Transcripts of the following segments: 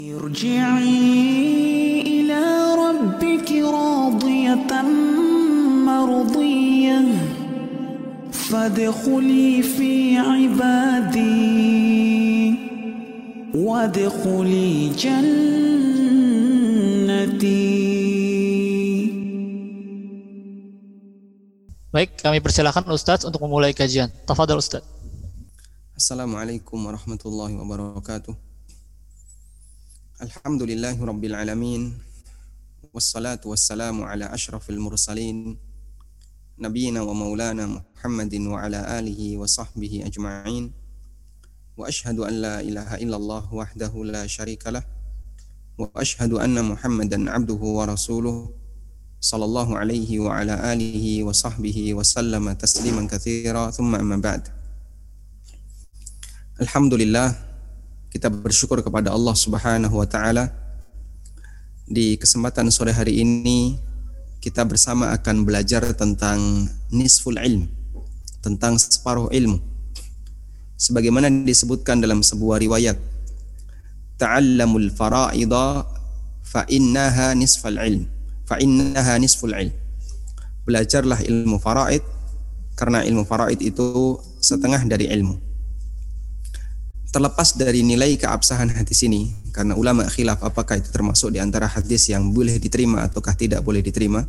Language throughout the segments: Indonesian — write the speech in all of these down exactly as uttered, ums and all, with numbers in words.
ارجعي إلى ربك راضية مرضية فادخلي في عبادي وادخلي جنتي. Baik, kami persilakan Ustadz untuk memulai kajian. Tafadhol Ustadz. Assalamualaikum warahmatullahi wabarakatuh. Alhamdulillahi rabbil alamin. Wassalatu wassalamu ala ashrafil mursalin nabiyina wa maulana Muhammadin wa ala alihi wa sahbihi ajma'in. Wa ashhadu an la ilaha illallah wahdahu la syarikalah wa ashhadu anna Muhammadan abduhu wa rasuluh sallallahu alaihi wa ala alihi wa sahbihi wa sallama tasliman katsira. Thumma amma ba'd. Alhamdulillah, kita bersyukur kepada Allah Subhanahu wa taala. Di kesempatan sore hari ini kita bersama akan belajar tentang nisful ilm, tentang separuh ilmu. Sebagaimana disebutkan dalam sebuah riwayat, ta'allamul fara'idha fa innaha nisful ilm. Fa innaha nisful ilm. Belajarlah ilmu faraid karena ilmu faraid itu setengah dari ilmu. Terlepas dari nilai keabsahan hadis ini, karena ulama khilaf apakah itu termasuk di antara hadis yang boleh diterima ataukah tidak boleh diterima.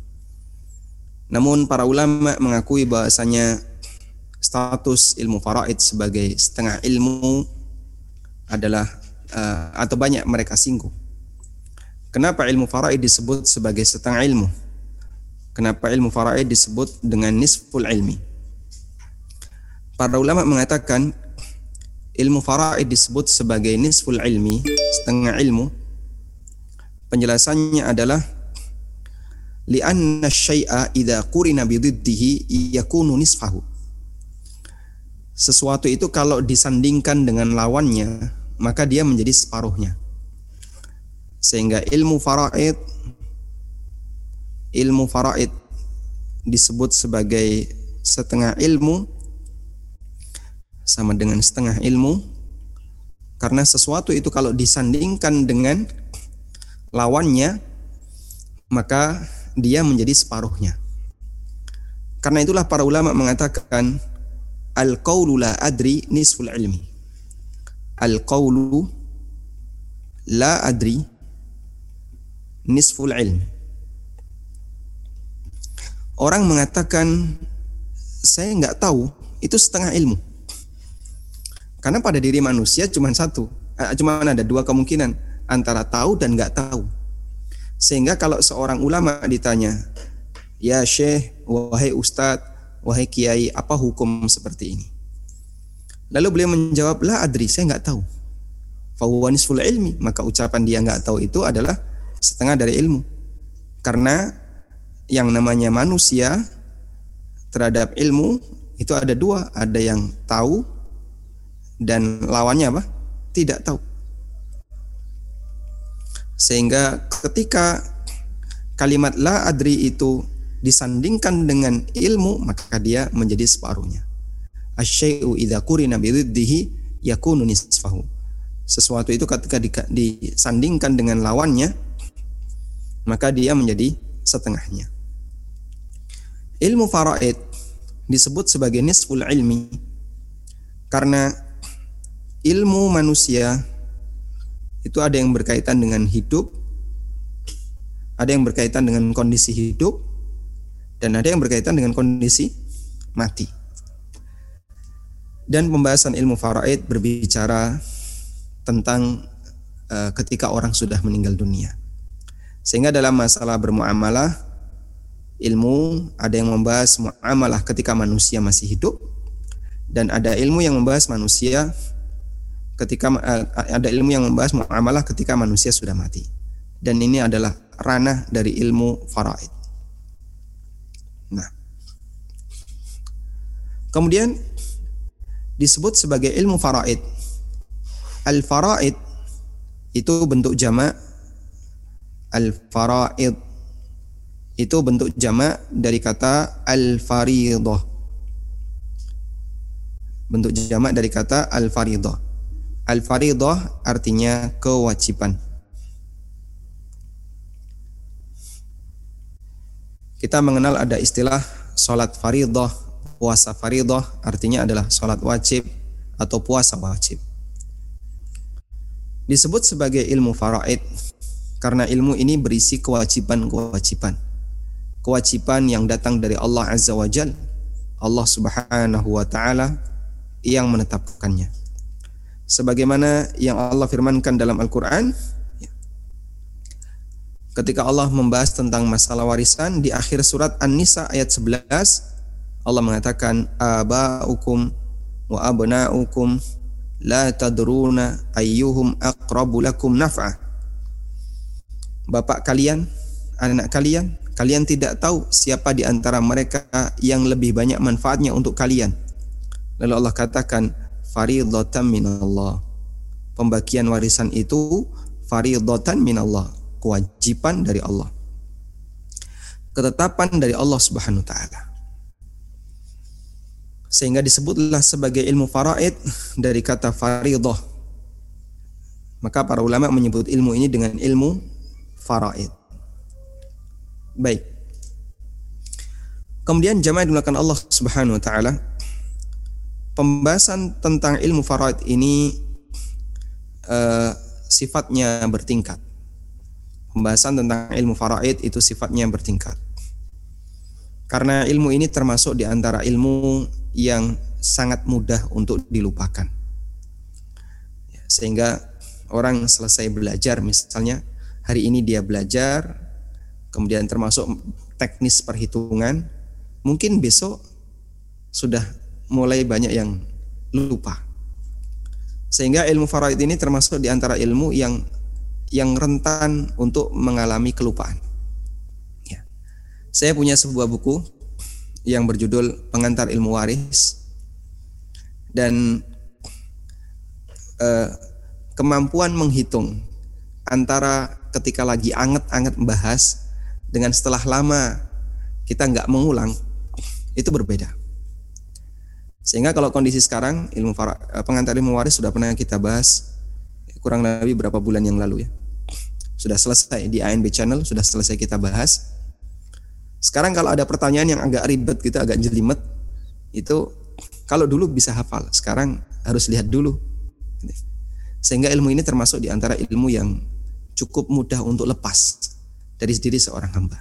Namun para ulama mengakui bahasanya status ilmu faraid sebagai setengah ilmu adalah uh, atau banyak mereka singgung. Kenapa ilmu faraid disebut sebagai setengah ilmu? Kenapa ilmu faraid disebut dengan nisful ilmi? Para ulama mengatakan ilmu faraid disebut sebagai nisful ilmi, setengah ilmu. Penjelasannya adalah li'anna syai'a idza qurina bididdihi yakunu nisfahu. Sesuatu itu kalau disandingkan dengan lawannya, maka dia menjadi separuhnya. Sehingga ilmu faraid ilmu faraid disebut sebagai setengah ilmu, sama dengan setengah ilmu, karena sesuatu itu kalau disandingkan dengan lawannya, maka dia menjadi separuhnya. Karena itulah para ulama mengatakan al-qawlu la adri nisful ilmi. Al-qawlu la adri nisful ilmi. Orang mengatakan saya nggak tahu, itu setengah ilmu. Karena pada diri manusia cuma satu, cuma ada dua kemungkinan, antara tahu dan nggak tahu. Sehingga kalau seorang ulama ditanya, ya syekh, wahai ustadz, wahai kiai, apa hukum seperti ini? Lalu beliau menjawab, la adri, saya nggak tahu. Fahuwa nisful ilmi, maka ucapan dia nggak tahu itu adalah setengah dari ilmu. Karena yang namanya manusia terhadap ilmu itu ada dua, ada yang tahu dan lawannya apa? Tidak tahu. Sehingga ketika kalimat la adri itu disandingkan dengan ilmu, maka dia menjadi separuhnya. Asy-syai'u idza qurina bididdihi yakunu nisfahu. Sesuatu itu ketika disandingkan dengan lawannya, maka dia menjadi setengahnya. Ilmu faraid disebut sebagai nisful ilmi karena ilmu manusia itu ada yang berkaitan dengan hidup, ada yang berkaitan dengan kondisi hidup, dan ada yang berkaitan dengan kondisi mati. Dan pembahasan ilmu faraid berbicara tentang uh, ketika orang sudah meninggal dunia. Sehingga dalam masalah bermuamalah, ilmu ada yang membahas muamalah ketika manusia masih hidup, dan ada ilmu yang membahas manusia ketika uh, ada ilmu yang membahas muamalah ketika manusia sudah mati. Dan ini adalah ranah dari ilmu faraid. Nah, kemudian disebut sebagai ilmu faraid. Al-faraid itu bentuk jamak. Al-faraid itu bentuk jamak dari kata al-faridah. Bentuk jamak dari kata al-faridah. Al-faridah artinya kewajiban. Kita mengenal ada istilah salat faridah, puasa faridah, artinya adalah salat wajib atau puasa wajib. Disebut sebagai ilmu faraid karena ilmu ini berisi kewajiban-kewajiban. Kewajiban yang datang dari Allah Azza wa Jalla, Allah Subhanahu wa taala yang menetapkannya. Sebagaimana yang Allah firmankan dalam Al-Qur'an ketika Allah membahas tentang masalah warisan di akhir surat An-Nisa ayat sebelas, Allah mengatakan aba'ukum wa abna'ukum la tadruna ayyuhum aqrabu lakum naf'a. Bapak kalian, anak kalian, kalian tidak tahu siapa di antara mereka yang lebih banyak manfaatnya untuk kalian. Lalu Allah katakan faridatan minallah. Pembagian warisan itu faridatan minallah, kewajiban dari Allah, ketetapan dari Allah Subhanahu wa taala. Sehingga disebutlah sebagai ilmu faraid dari kata faridah. Maka para ulama menyebut ilmu ini dengan ilmu faraid. Baik. Kemudian jamaah dimulakan Allah Subhanahu wa taala, pembahasan tentang ilmu faraid ini uh, sifatnya bertingkat. Pembahasan tentang ilmu faraid itu sifatnya bertingkat. Karena ilmu ini termasuk di antara ilmu yang sangat mudah untuk dilupakan. Sehingga orang selesai belajar, misalnya hari ini dia belajar, kemudian termasuk teknis perhitungan, mungkin besok sudah mulai banyak yang lupa. Sehingga ilmu faraid ini termasuk di antara ilmu yang yang rentan untuk mengalami kelupaan. Ya. Saya punya sebuah buku yang berjudul Pengantar Ilmu Waris, dan eh, kemampuan menghitung antara ketika lagi anget-anget membahas dengan setelah lama kita nggak mengulang itu berbeda. Sehingga kalau kondisi sekarang ilmu fara, pengantar ilmu waris sudah pernah kita bahas kurang lebih berapa bulan yang lalu ya. Sudah selesai di A N B Channel, sudah selesai kita bahas. Sekarang kalau ada pertanyaan yang agak ribet gitu, agak jelimet, itu kalau dulu bisa hafal, sekarang harus lihat dulu. Sehingga ilmu ini termasuk di antara ilmu yang cukup mudah untuk lepas dari diri seorang hamba.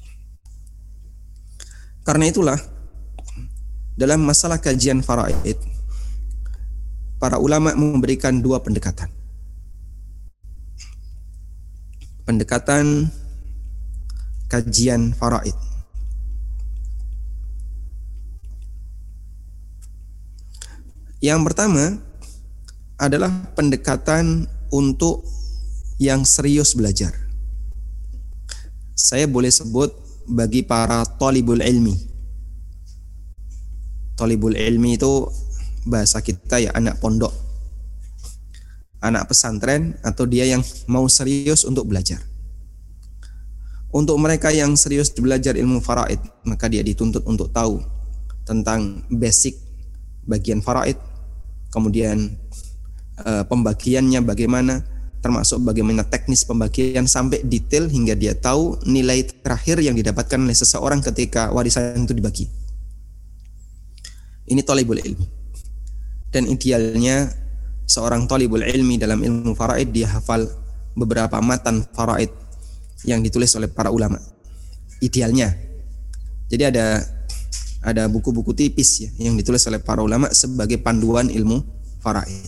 Karena itulah dalam masalah kajian faraid, para ulama memberikan dua pendekatan. Pendekatan kajian faraid. Yang pertama adalah pendekatan untuk yang serius belajar. Saya boleh sebut bagi para thalibul ilmi. Thalibul ilmi itu bahasa kita ya anak pondok, anak pesantren, atau dia yang mau serius untuk belajar. Untuk mereka yang serius belajar ilmu faraid, maka dia dituntut untuk tahu tentang basic bagian faraid, kemudian e, pembagiannya bagaimana, termasuk bagaimana teknis pembagian sampai detail hingga dia tahu nilai terakhir yang didapatkan oleh seseorang ketika warisan itu dibagi. Ini thalibul ilmi. Dan idealnya seorang thalibul ilmi dalam ilmu faraid dia hafal beberapa matan faraid yang ditulis oleh para ulama. Idealnya. Jadi ada ada buku-buku tipis ya yang ditulis oleh para ulama sebagai panduan ilmu faraid.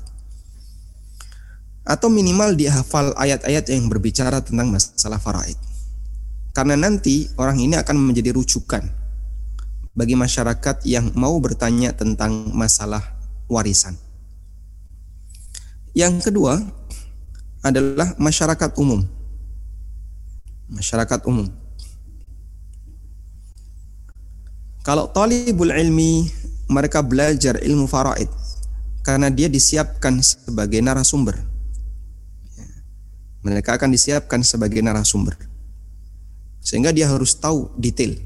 Atau minimal dia hafal ayat-ayat yang berbicara tentang masalah faraid. Karena nanti orang ini akan menjadi rujukan bagi masyarakat yang mau bertanya tentang masalah warisan. Yang kedua adalah masyarakat umum. Masyarakat umum. Kalau thalibul ilmi, mereka belajar ilmu faraid karena dia disiapkan sebagai narasumber. Mereka akan disiapkan sebagai narasumber. Sehingga dia harus tahu detail.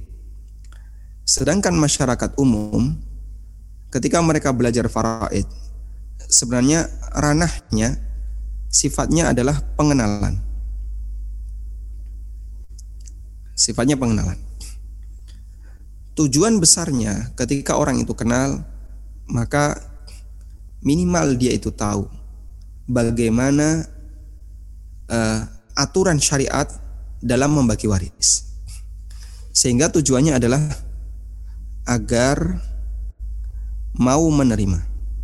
Sedangkan masyarakat umum, ketika mereka belajar faraid, sebenarnya ranahnya sifatnya adalah pengenalan. Sifatnya pengenalan. Tujuan besarnya ketika orang itu kenal, maka minimal dia itu tahu bagaimana uh, aturan syariat dalam membagi waris. Sehingga tujuannya adalah agar mau menerima.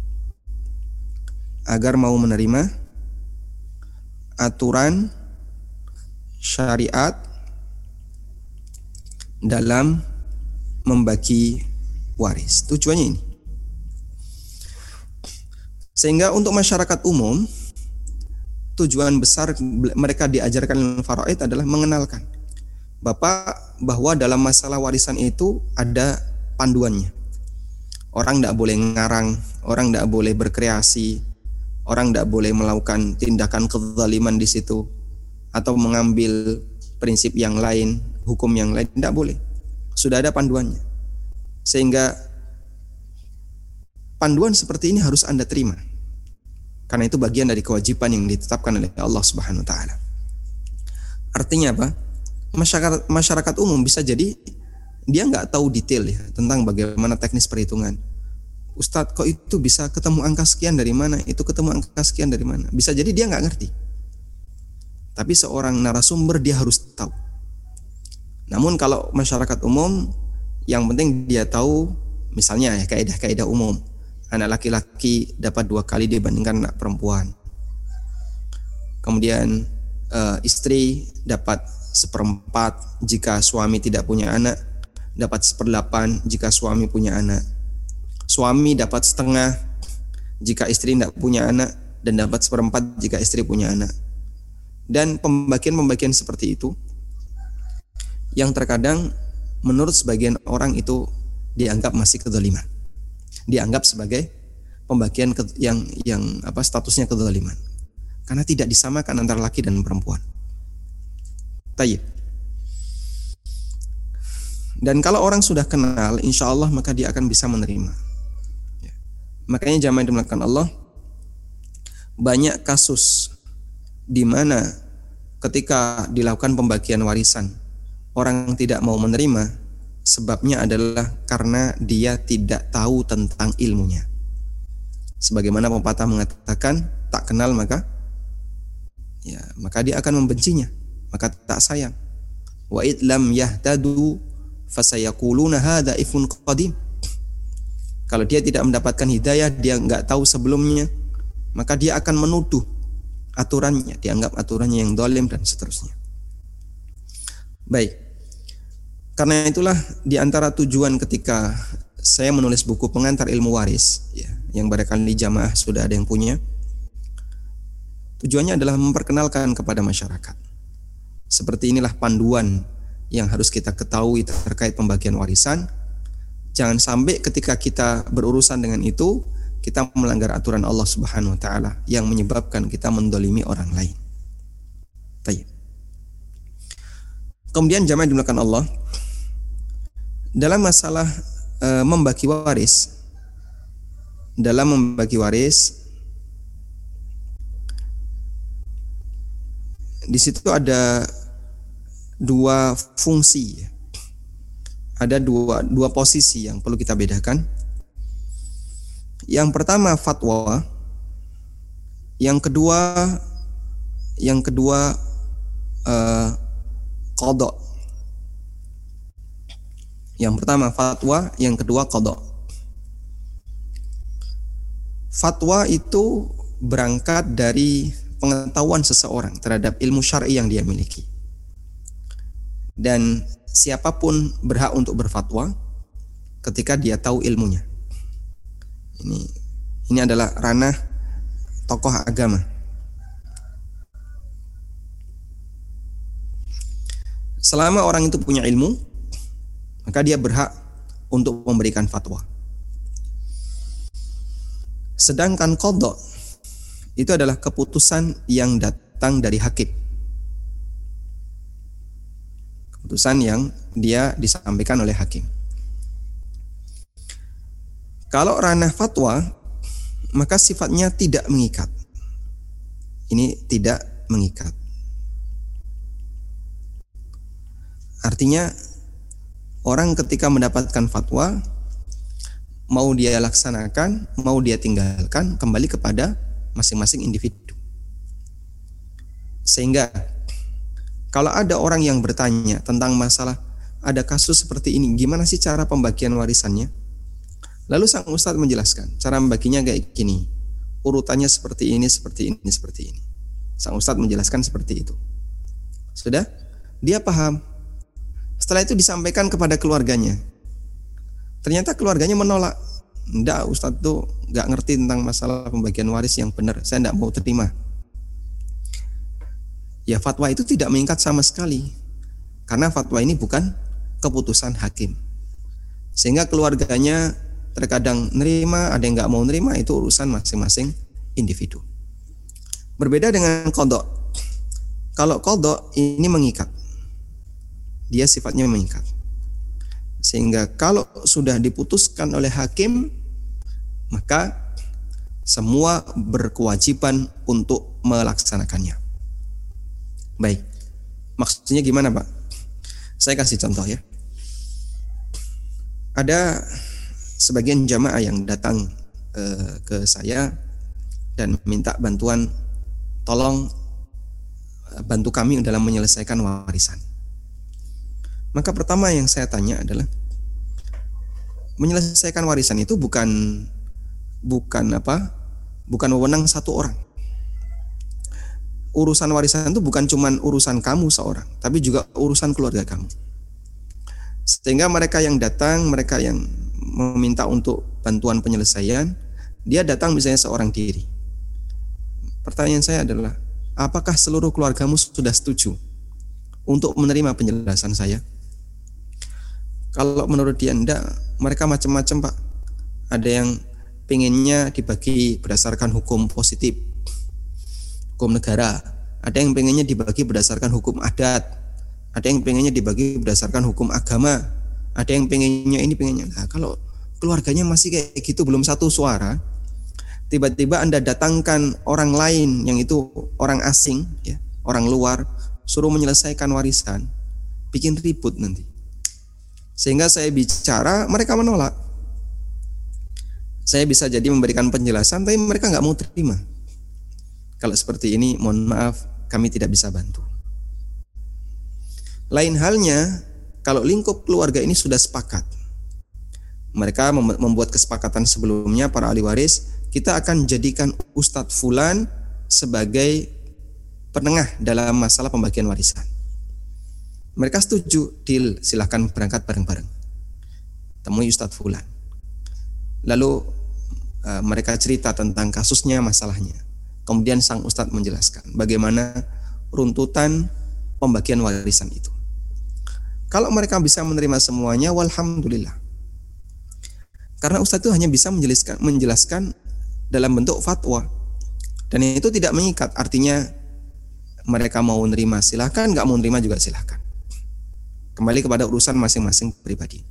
Agar mau menerima aturan syariat dalam membagi waris. Tujuannya ini. Sehingga untuk masyarakat umum, tujuan besar mereka diajarkan ilmu faraid adalah mengenalkan Bapak bahwa dalam masalah warisan itu ada panduannya. Orang tidak boleh ngarang, orang tidak boleh berkreasi, orang tidak boleh melakukan tindakan kezaliman di situ atau mengambil prinsip yang lain, hukum yang lain, tidak boleh. Sudah ada panduannya. Sehingga panduan seperti ini harus Anda terima. Karena itu bagian dari kewajiban yang ditetapkan oleh Allah Subhanahu wa taala. Artinya apa? Masyarakat masyarakat umum bisa jadi dia nggak tahu detail ya tentang bagaimana teknis perhitungan. Ustadz, kok itu bisa ketemu angka sekian dari mana? Itu ketemu angka sekian dari mana? Bisa jadi dia nggak ngerti. Tapi seorang narasumber dia harus tahu. Namun kalau masyarakat umum, yang penting dia tahu, misalnya ya kaidah-kaidah umum, anak laki-laki dapat dua kali dibandingkan anak perempuan. Kemudian uh, istri dapat seperempat jika suami tidak punya anak, dapat seperdelapan jika suami punya anak. Suami dapat setengah jika istri tidak punya anak, dan dapat seperempat jika istri punya anak. Dan pembagian-pembagian seperti itu yang terkadang menurut sebagian orang itu dianggap masih kezaliman, dianggap sebagai pembagian ke, yang yang apa statusnya kezaliman, karena tidak disamakan antara laki dan perempuan. Tayyib. Dan kalau orang sudah kenal, insya Allah maka dia akan bisa menerima. Ya. Makanya jamaah yang dimuliakan Allah, banyak kasus di mana ketika dilakukan pembagian warisan orang tidak mau menerima, sebabnya adalah karena dia tidak tahu tentang ilmunya. Sebagaimana pepatah mengatakan, tak kenal maka ya maka dia akan membencinya, maka tak sayang. Wa id lam yahtadu fasayaquluna hadza ifun qadim. Kalau dia tidak mendapatkan hidayah, dia enggak tahu sebelumnya, maka dia akan menuduh aturannya, dianggap aturannya yang zalim dan seterusnya. Baik. Karena itulah di antara tujuan ketika saya menulis buku pengantar ilmu waris, ya, yang barangkali jamaah sudah ada yang punya, tujuannya adalah memperkenalkan kepada masyarakat. Seperti inilah panduan yang harus kita ketahui terkait pembagian warisan. Jangan sampai ketika kita berurusan dengan itu, kita melanggar aturan Allah Subhanahu wa taala yang menyebabkan kita mendolimi orang lain. Baik. Kemudian jamaah dimuliakan Allah, dalam masalah e, membagi waris, dalam membagi waris, di situ ada dua fungsi, ada dua dua posisi yang perlu kita bedakan. Yang pertama fatwa, yang kedua yang kedua e, qada. Yang pertama fatwa, yang kedua qada. Fatwa itu berangkat dari pengetahuan seseorang terhadap ilmu syar'i yang dia miliki. Dan siapapun berhak untuk berfatwa ketika dia tahu ilmunya. Ini ini adalah ranah tokoh agama. Selama orang itu punya ilmu, maka dia berhak untuk memberikan fatwa. Sedangkan qada itu adalah keputusan yang datang dari hakim. Keputusan yang dia disampaikan oleh hakim. Kalau ranah fatwa, maka sifatnya tidak mengikat. Ini tidak mengikat. Artinya orang ketika mendapatkan fatwa, mau dia laksanakan, mau dia tinggalkan, kembali kepada masing-masing individu. Sehingga kalau ada orang yang bertanya tentang masalah ada kasus seperti ini, gimana sih cara pembagian warisannya? Lalu sang ustadz menjelaskan, cara membaginya kayak gini, urutannya seperti ini, seperti ini, seperti ini. Sang ustadz menjelaskan seperti itu. Sudah? Dia paham. Setelah itu disampaikan kepada keluarganya. Ternyata keluarganya menolak. Enggak, ustadz tuh gak ngerti tentang masalah pembagian waris yang benar. Saya enggak mau terima. Ya, fatwa itu tidak mengikat sama sekali. Karena fatwa ini bukan keputusan hakim. Sehingga keluarganya terkadang nerima, ada yang gak mau nerima, itu urusan masing-masing individu. Berbeda dengan qadha. Kalau qadha ini mengikat. Dia sifatnya mengikat. Sehingga kalau sudah diputuskan oleh hakim, maka semua berkewajiban untuk melaksanakannya. Baik, maksudnya gimana Pak? Saya kasih contoh ya. Ada sebagian jamaah yang datang eh, ke saya dan minta bantuan, tolong bantu kami dalam menyelesaikan warisan. Maka pertama yang saya tanya adalah, menyelesaikan warisan itu bukan bukan apa? Bukan wewenang satu orang. Urusan warisan itu bukan cuman urusan kamu seorang, tapi juga urusan keluarga kamu. Sehingga mereka yang datang, mereka yang meminta untuk bantuan penyelesaian, dia datang misalnya seorang diri. Pertanyaan saya adalah, apakah seluruh keluargamu sudah setuju untuk menerima penjelasan saya? Kalau menurut dia enggak, mereka macam-macam Pak. Ada yang pengennya dibagi berdasarkan hukum positif, hukum negara. Ada yang pengennya dibagi berdasarkan hukum adat. Ada yang pengennya dibagi berdasarkan hukum agama. Ada yang pengennya ini, pengennya. Nah, kalau keluarganya masih kayak gitu, belum satu suara, tiba-tiba Anda datangkan orang lain yang itu orang asing, ya, orang luar, suruh menyelesaikan warisan, bikin ribut nanti. Sehingga saya bicara, mereka menolak. Saya bisa jadi memberikan penjelasan, tapi mereka nggak mau terima. Kalau seperti ini, mohon maaf, kami tidak bisa bantu. Lain halnya, kalau lingkup keluarga ini sudah sepakat. Mereka membuat kesepakatan sebelumnya, para ahli waris, kita akan jadikan Ustadz Fulan sebagai penengah dalam masalah pembagian warisan. Mereka setuju, deal, silahkan berangkat bareng-bareng. Temui Ustadz Fulan. Lalu uh, mereka cerita tentang kasusnya, masalahnya. Kemudian sang Ustadz menjelaskan bagaimana runtutan pembagian warisan itu. Kalau mereka bisa menerima semuanya, walhamdulillah. Karena Ustadz itu hanya bisa menjelaskan, menjelaskan dalam bentuk fatwa. Dan itu tidak mengikat, artinya mereka mau menerima silahkan, nggak mau menerima juga silahkan. Kembali kepada urusan masing-masing pribadi.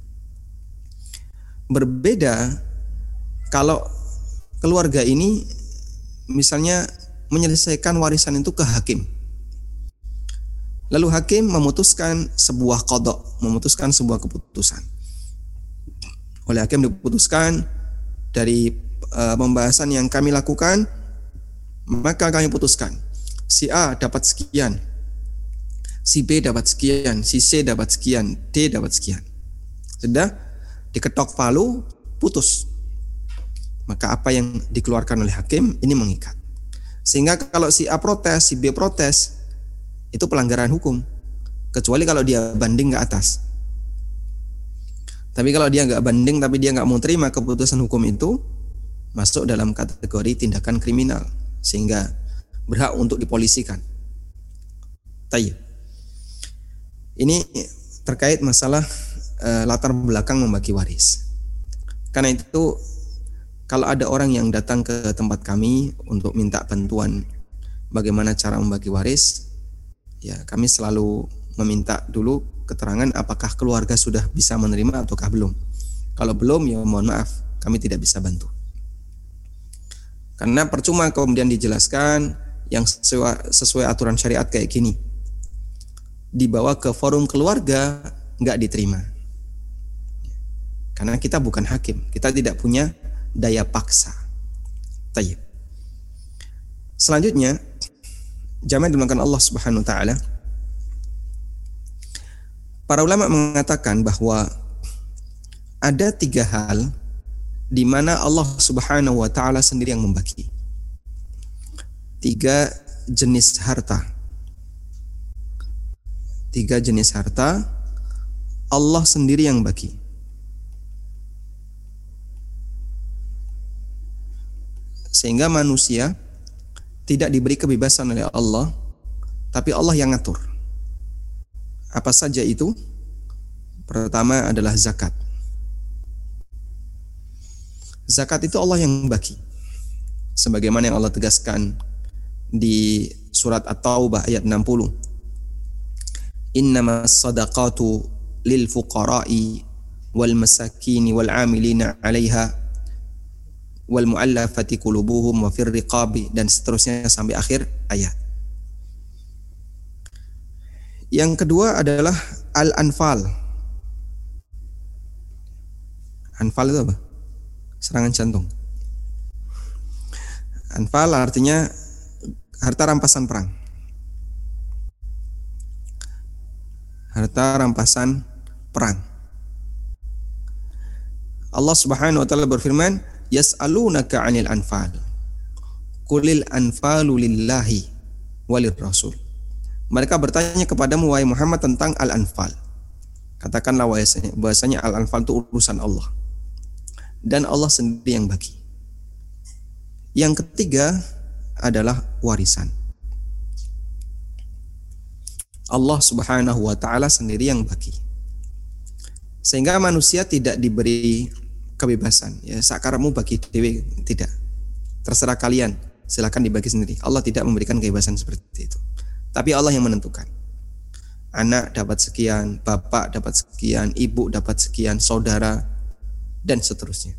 Berbeda kalau keluarga ini misalnya menyelesaikan warisan itu ke hakim. Lalu hakim memutuskan sebuah qadha, memutuskan sebuah keputusan. Oleh hakim diputuskan dari uh, pembahasan yang kami lakukan, maka kami putuskan si A dapat sekian, si B dapat sekian, si C dapat sekian, D dapat sekian. Sudah diketok palu, putus. Maka apa yang dikeluarkan oleh hakim ini mengikat. Sehingga kalau si A protes, si B protes, itu pelanggaran hukum. Kecuali kalau dia banding ke atas. Tapi kalau dia nggak banding, tapi dia nggak mau terima keputusan hukum itu, masuk dalam kategori tindakan kriminal, sehingga berhak untuk dipolisikan. Tayyib. Ini terkait masalah e, latar belakang membagi waris. Karena itu, kalau ada orang yang datang ke tempat kami untuk minta bantuan bagaimana cara membagi waris, ya kami selalu meminta dulu keterangan apakah keluarga sudah bisa menerima ataukah belum. Kalau belum, ya mohon maaf, kami tidak bisa bantu. Karena percuma kemudian dijelaskan yang sesuai, sesuai aturan syariat kayak gini, dibawa ke forum keluarga nggak diterima. Karena kita bukan hakim, kita tidak punya daya paksa. Tayyib. Selanjutnya, jamaah dimulakan Allah Subhanahu wa taala. Para ulama mengatakan bahwa ada tiga hal di mana Allah Subhanahu wa taala sendiri yang membagi. Tiga jenis harta. Tiga jenis harta Allah sendiri yang bagi. Sehingga manusia tidak diberi kebebasan oleh Allah, tapi Allah yang ngatur. Apa saja itu? Pertama adalah zakat. Zakat itu Allah yang bagi. Sebagaimana yang Allah tegaskan di surat At-Taubah ayat enam puluh. Innamas sadaqatu lil fuqara'i wal masakini wal 'amilina 'alaiha wal mu'allafati qulubuhum wa fir riqabi, dan seterusnya sampai akhir ayat. Yang kedua adalah Al-Anfal. Anfal itu apa? Serangan jantung. Anfal artinya harta rampasan perang. Harta rampasan perang. Allah Subhanahu wa taala berfirman, yas'alunaka 'anil anfal. Qulil anfalu lillahi walir rasul. Mereka bertanya kepadamu wahai Muhammad tentang al-anfal. Katakanlah bahasanya, bahasanya al-anfal itu urusan Allah. Dan Allah sendiri yang bagi. Yang ketiga adalah warisan. Allah Subhanahu wa taala sendiri yang bagi. Sehingga manusia tidak diberi kebebasan, ya sakarmu bagi dewe, tidak. Terserah kalian, silakan dibagi sendiri. Allah tidak memberikan kebebasan seperti itu. Tapi Allah yang menentukan. Anak dapat sekian, bapak dapat sekian, ibu dapat sekian, saudara, dan seterusnya.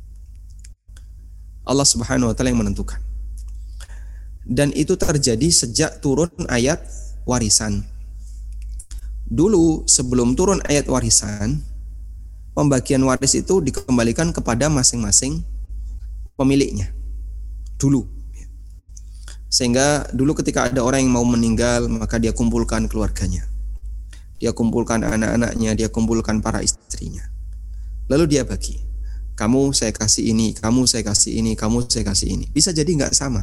Allah Subhanahu wa taala yang menentukan. Dan itu terjadi sejak turun ayat warisan. Dulu sebelum turun ayat warisan, pembagian waris itu dikembalikan kepada masing-masing pemiliknya. Dulu. Sehingga dulu ketika ada orang yang mau meninggal, maka dia kumpulkan keluarganya. Dia kumpulkan anak-anaknya, dia kumpulkan para istrinya. Lalu dia bagi. Kamu saya kasih ini, kamu saya kasih ini, kamu saya kasih ini. Bisa jadi nggak sama.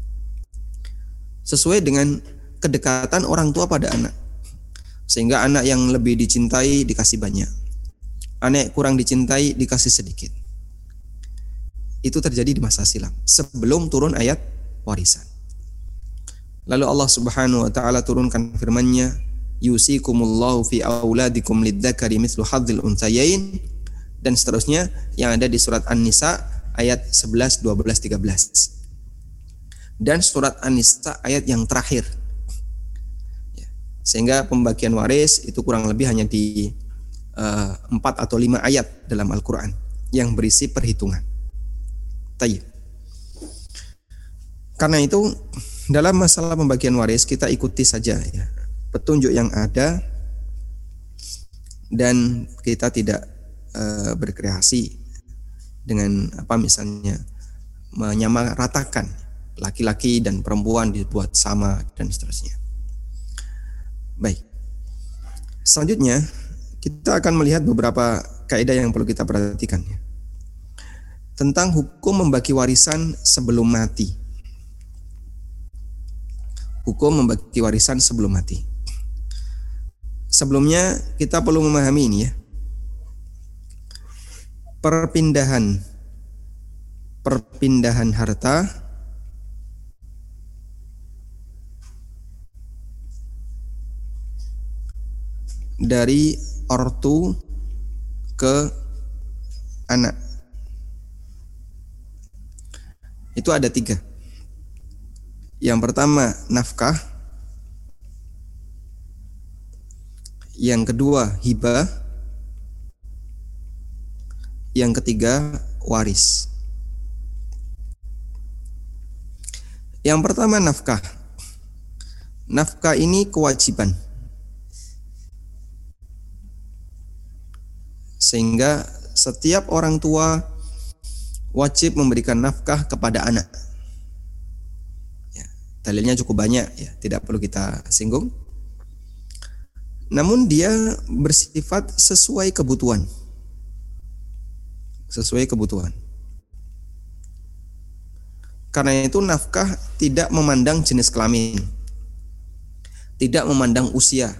Sesuai dengan kedekatan orang tua pada anak. Sehingga anak yang lebih dicintai dikasih banyak. Anak kurang dicintai dikasih sedikit. Itu terjadi di masa silam, sebelum turun ayat warisan. Lalu Allah Subhanahu wa taala turunkan firman-Nya, yusikumullahu fi auladikum lidzakari mithlu hadzil unthayain, dan seterusnya yang ada di surat An-Nisa ayat sebelas, dua belas, tiga belas. Dan surat An-Nisa ayat yang terakhir. Sehingga pembagian waris itu kurang lebih hanya di uh, empat atau lima ayat dalam Al-Quran yang berisi perhitungan. Tayyib. Karena itu dalam masalah pembagian waris kita ikuti saja ya, petunjuk yang ada, dan kita tidak uh, berkreasi dengan apa misalnya menyamaratakan laki-laki dan perempuan dibuat sama dan seterusnya. Baik. Selanjutnya kita akan melihat beberapa kaidah yang perlu kita perhatikan ya. Tentang hukum membagi warisan sebelum mati. Hukum membagi warisan sebelum mati. Sebelumnya kita perlu memahami ini ya. Perpindahan perpindahan harta dari ortu ke anak itu ada tiga. Yang pertama nafkah, yang kedua hibah, yang ketiga waris. Yang pertama nafkah. Nafkah ini kewajiban. Sehingga setiap orang tua wajib memberikan nafkah kepada anak. Ya, dalilnya cukup banyak ya, tidak perlu kita singgung. Namun dia bersifat sesuai kebutuhan. Sesuai kebutuhan. Karena itu nafkah tidak memandang jenis kelamin, tidak memandang usia,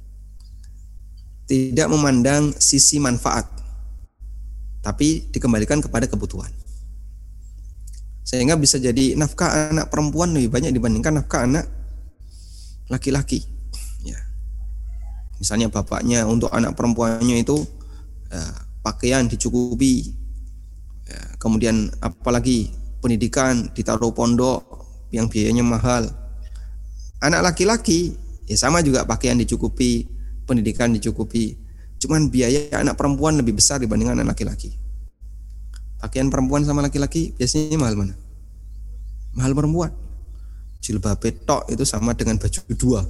tidak memandang sisi manfaat, tapi dikembalikan kepada kebutuhan. Sehingga bisa jadi nafkah anak perempuan lebih banyak dibandingkan nafkah anak laki-laki. Ya. Misalnya bapaknya untuk anak perempuannya itu ya, pakaian dicukupi, ya, kemudian apalagi pendidikan ditaruh pondok yang biayanya mahal. Anak laki-laki ya sama juga, pakaian dicukupi, pendidikan dicukupi. Cuman biaya anak perempuan lebih besar dibandingkan anak laki-laki. Pakaian perempuan sama laki-laki biasanya mahal mana? Mahal perempuan. Jilbab petok itu sama dengan baju dua.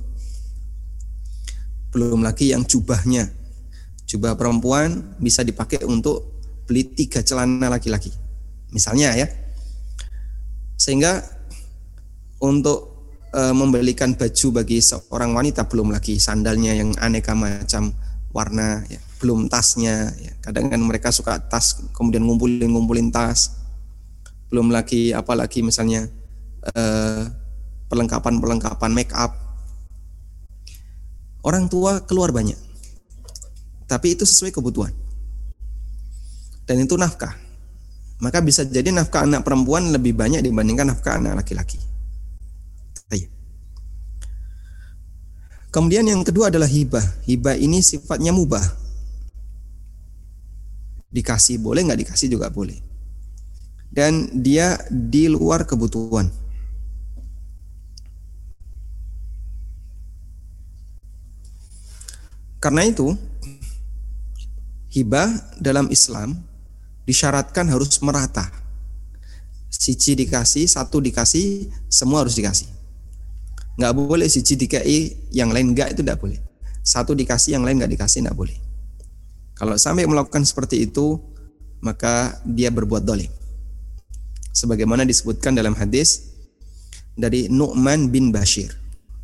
Belum lagi yang jubahnya. Jubah perempuan bisa dipakai untuk beli tiga celana laki-laki. Misalnya ya. Sehingga untuk e, membelikan baju bagi seorang wanita, belum lagi sandalnya yang aneka macam warna, ya, belum tasnya. Ya. Kadang kan mereka suka tas, kemudian ngumpulin-ngumpulin tas. Belum lagi apalagi misalnya e, perlengkapan-perlengkapan make up. Orang tua keluar banyak, tapi itu sesuai kebutuhan. Dan itu nafkah. Maka bisa jadi nafkah anak perempuan lebih banyak dibandingkan nafkah anak laki-laki. Kemudian yang kedua adalah hibah. Hibah ini sifatnya mubah. Dikasih boleh, nggak dikasih juga boleh. Dan dia di luar kebutuhan. Karena itu, hibah dalam Islam disyaratkan harus merata. Siji dikasih, satu dikasih, semua harus dikasih. Nggak boleh siji dikasih, yang lain nggak, itu nggak boleh. Satu dikasih, yang lain nggak dikasih, nggak boleh. Kalau sampai melakukan seperti itu, maka dia berbuat dolim. Sebagaimana disebutkan dalam hadis dari Nu'man bin Bashir.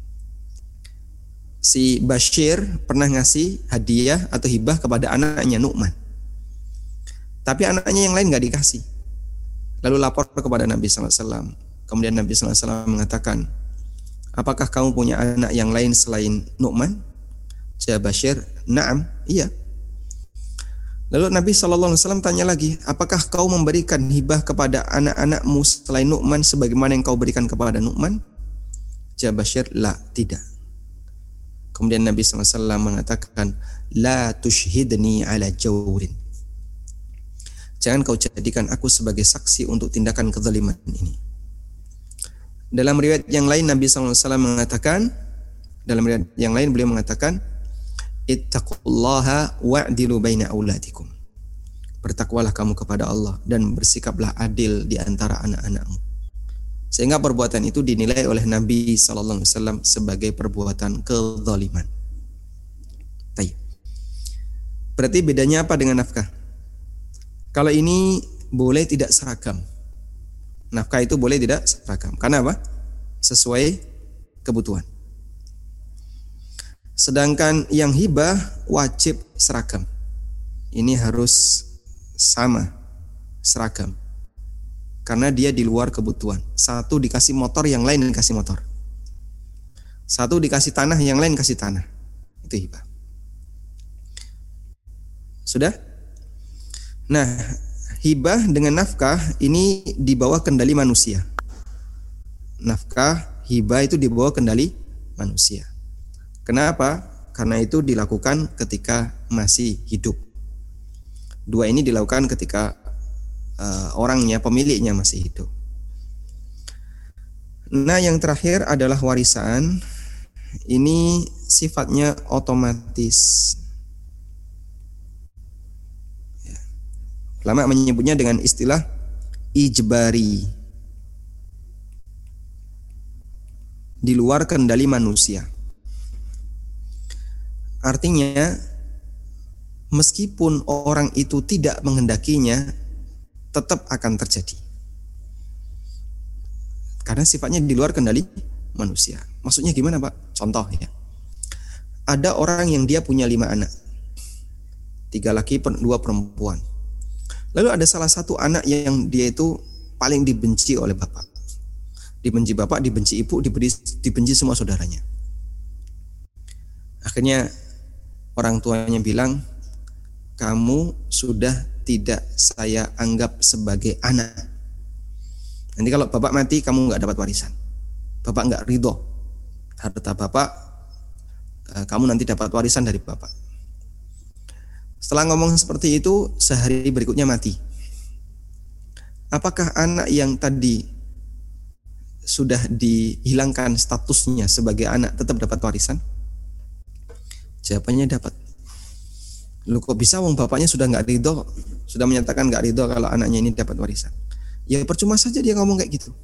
Si Bashir pernah ngasih hadiah atau hibah kepada anaknya Nu'man. Tapi anaknya yang lain nggak dikasih. Lalu lapor kepada Nabi sallallahu alaihi wasallam. Kemudian Nabi sallallahu alaihi wasallam mengatakan, apakah kamu punya anak yang lain selain Nu'man? Jawab Bashir, na'am, iya. Lalu Nabi sallallahu alaihi wasallam tanya lagi, apakah kau memberikan hibah kepada anak-anakmu selain Nu'man sebagaimana yang kau berikan kepada Nu'man? Jawab Bashir, la, tidak. Kemudian Nabi sallallahu alaihi wasallam mengatakan, la tushhidni ala jawrin. Jangan kau jadikan aku sebagai saksi untuk tindakan kezaliman ini. Dalam riwayat yang lain Nabi sallallahu alaihi wasallam mengatakan, dalam riwayat yang lain beliau mengatakan, ittaqullaha wa'dilu baina auladikum. Bertakwalah kamu kepada Allah dan bersikaplah adil di antara anak-anakmu. Sehingga perbuatan itu dinilai oleh Nabi sallallahu alaihi wasallam sebagai perbuatan kezaliman. Baik. Berarti bedanya apa dengan nafkah? Kalau ini boleh tidak seragam. Nafkah itu boleh tidak seragam. Karena apa? Sesuai kebutuhan. Sedangkan yang hibah wajib seragam. Ini harus sama, seragam. Karena dia di luar kebutuhan. Satu dikasih motor, yang lain dikasih motor. Satu dikasih tanah, yang lain kasih tanah. Itu hibah. Sudah? Nah, hibah dengan nafkah ini di bawah kendali manusia. Nafkah, hibah itu di bawah kendali manusia. Kenapa? Karena itu dilakukan ketika masih hidup. Dua ini dilakukan ketika uh, orangnya, pemiliknya masih hidup. Nah, yang terakhir adalah warisan. Ini sifatnya otomatis. Ulama menyebutnya dengan istilah ijbari. di luar kendali manusia. Artinya, meskipun orang itu tidak menghendakinya, tetap akan terjadi. Karena sifatnya di luar kendali manusia. Maksudnya gimana, Pak? Contoh ya. Ada orang yang dia punya lima anak. Tiga laki, dua perempuan. Lalu ada salah satu anak yang dia itu paling dibenci oleh bapak. Dibenci bapak, dibenci ibu, dibenci, dibenci semua saudaranya. Akhirnya orang tuanya bilang, kamu sudah tidak saya anggap sebagai anak. Nanti kalau bapak mati, kamu nggak dapat warisan. Bapak nggak ridho. Harta bapak, kamu nanti dapat warisan dari bapak. Setelah ngomong seperti itu, sehari berikutnya mati. Apakah anak yang tadi sudah dihilangkan statusnya sebagai anak tetap dapat warisan? Jawabannya dapat. Lu kok bisa, wong bapaknya sudah nggak ridho, sudah menyatakan nggak ridho kalau anaknya ini dapat warisan. Ya percuma saja dia ngomong kayak gitu.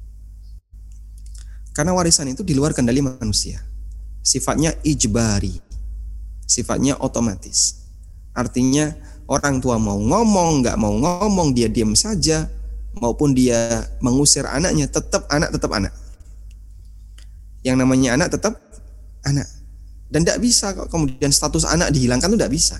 Karena warisan itu di luar kendali manusia. Sifatnya ijbari, sifatnya otomatis. Artinya orang tua mau ngomong, nggak mau ngomong, dia diam saja, maupun dia mengusir anaknya, tetap anak tetap anak. Yang namanya anak tetap anak. Dan tidak bisa kemudian status anak dihilangkan, itu tidak bisa.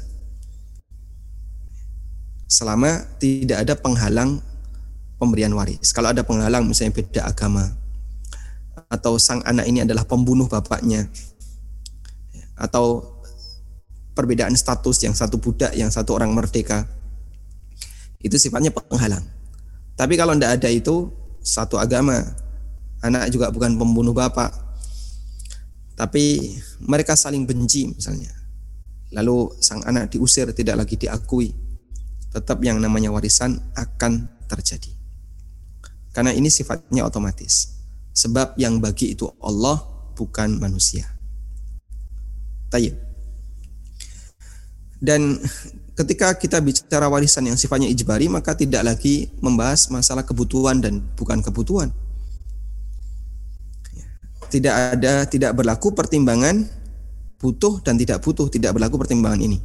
Selama tidak ada penghalang pemberian waris. Kalau ada penghalang, misalnya beda agama, atau sang anak ini adalah pembunuh bapaknya, atau perbedaan status, yang satu budak, yang satu orang merdeka, itu sifatnya penghalang. Tapi kalau tidak ada itu, satu agama, anak juga bukan pembunuh bapak, tapi mereka saling benci misalnya, lalu sang anak diusir, tidak lagi diakui, tetap yang namanya warisan akan terjadi. Karena ini sifatnya otomatis. Sebab yang bagi itu Allah, bukan manusia. Tayyib. Dan ketika kita bicara warisan yang sifatnya ijbari, maka tidak lagi membahas masalah kebutuhan dan bukan kebutuhan. Tidak ada, tidak berlaku pertimbangan butuh dan tidak butuh, tidak berlaku pertimbangan ini.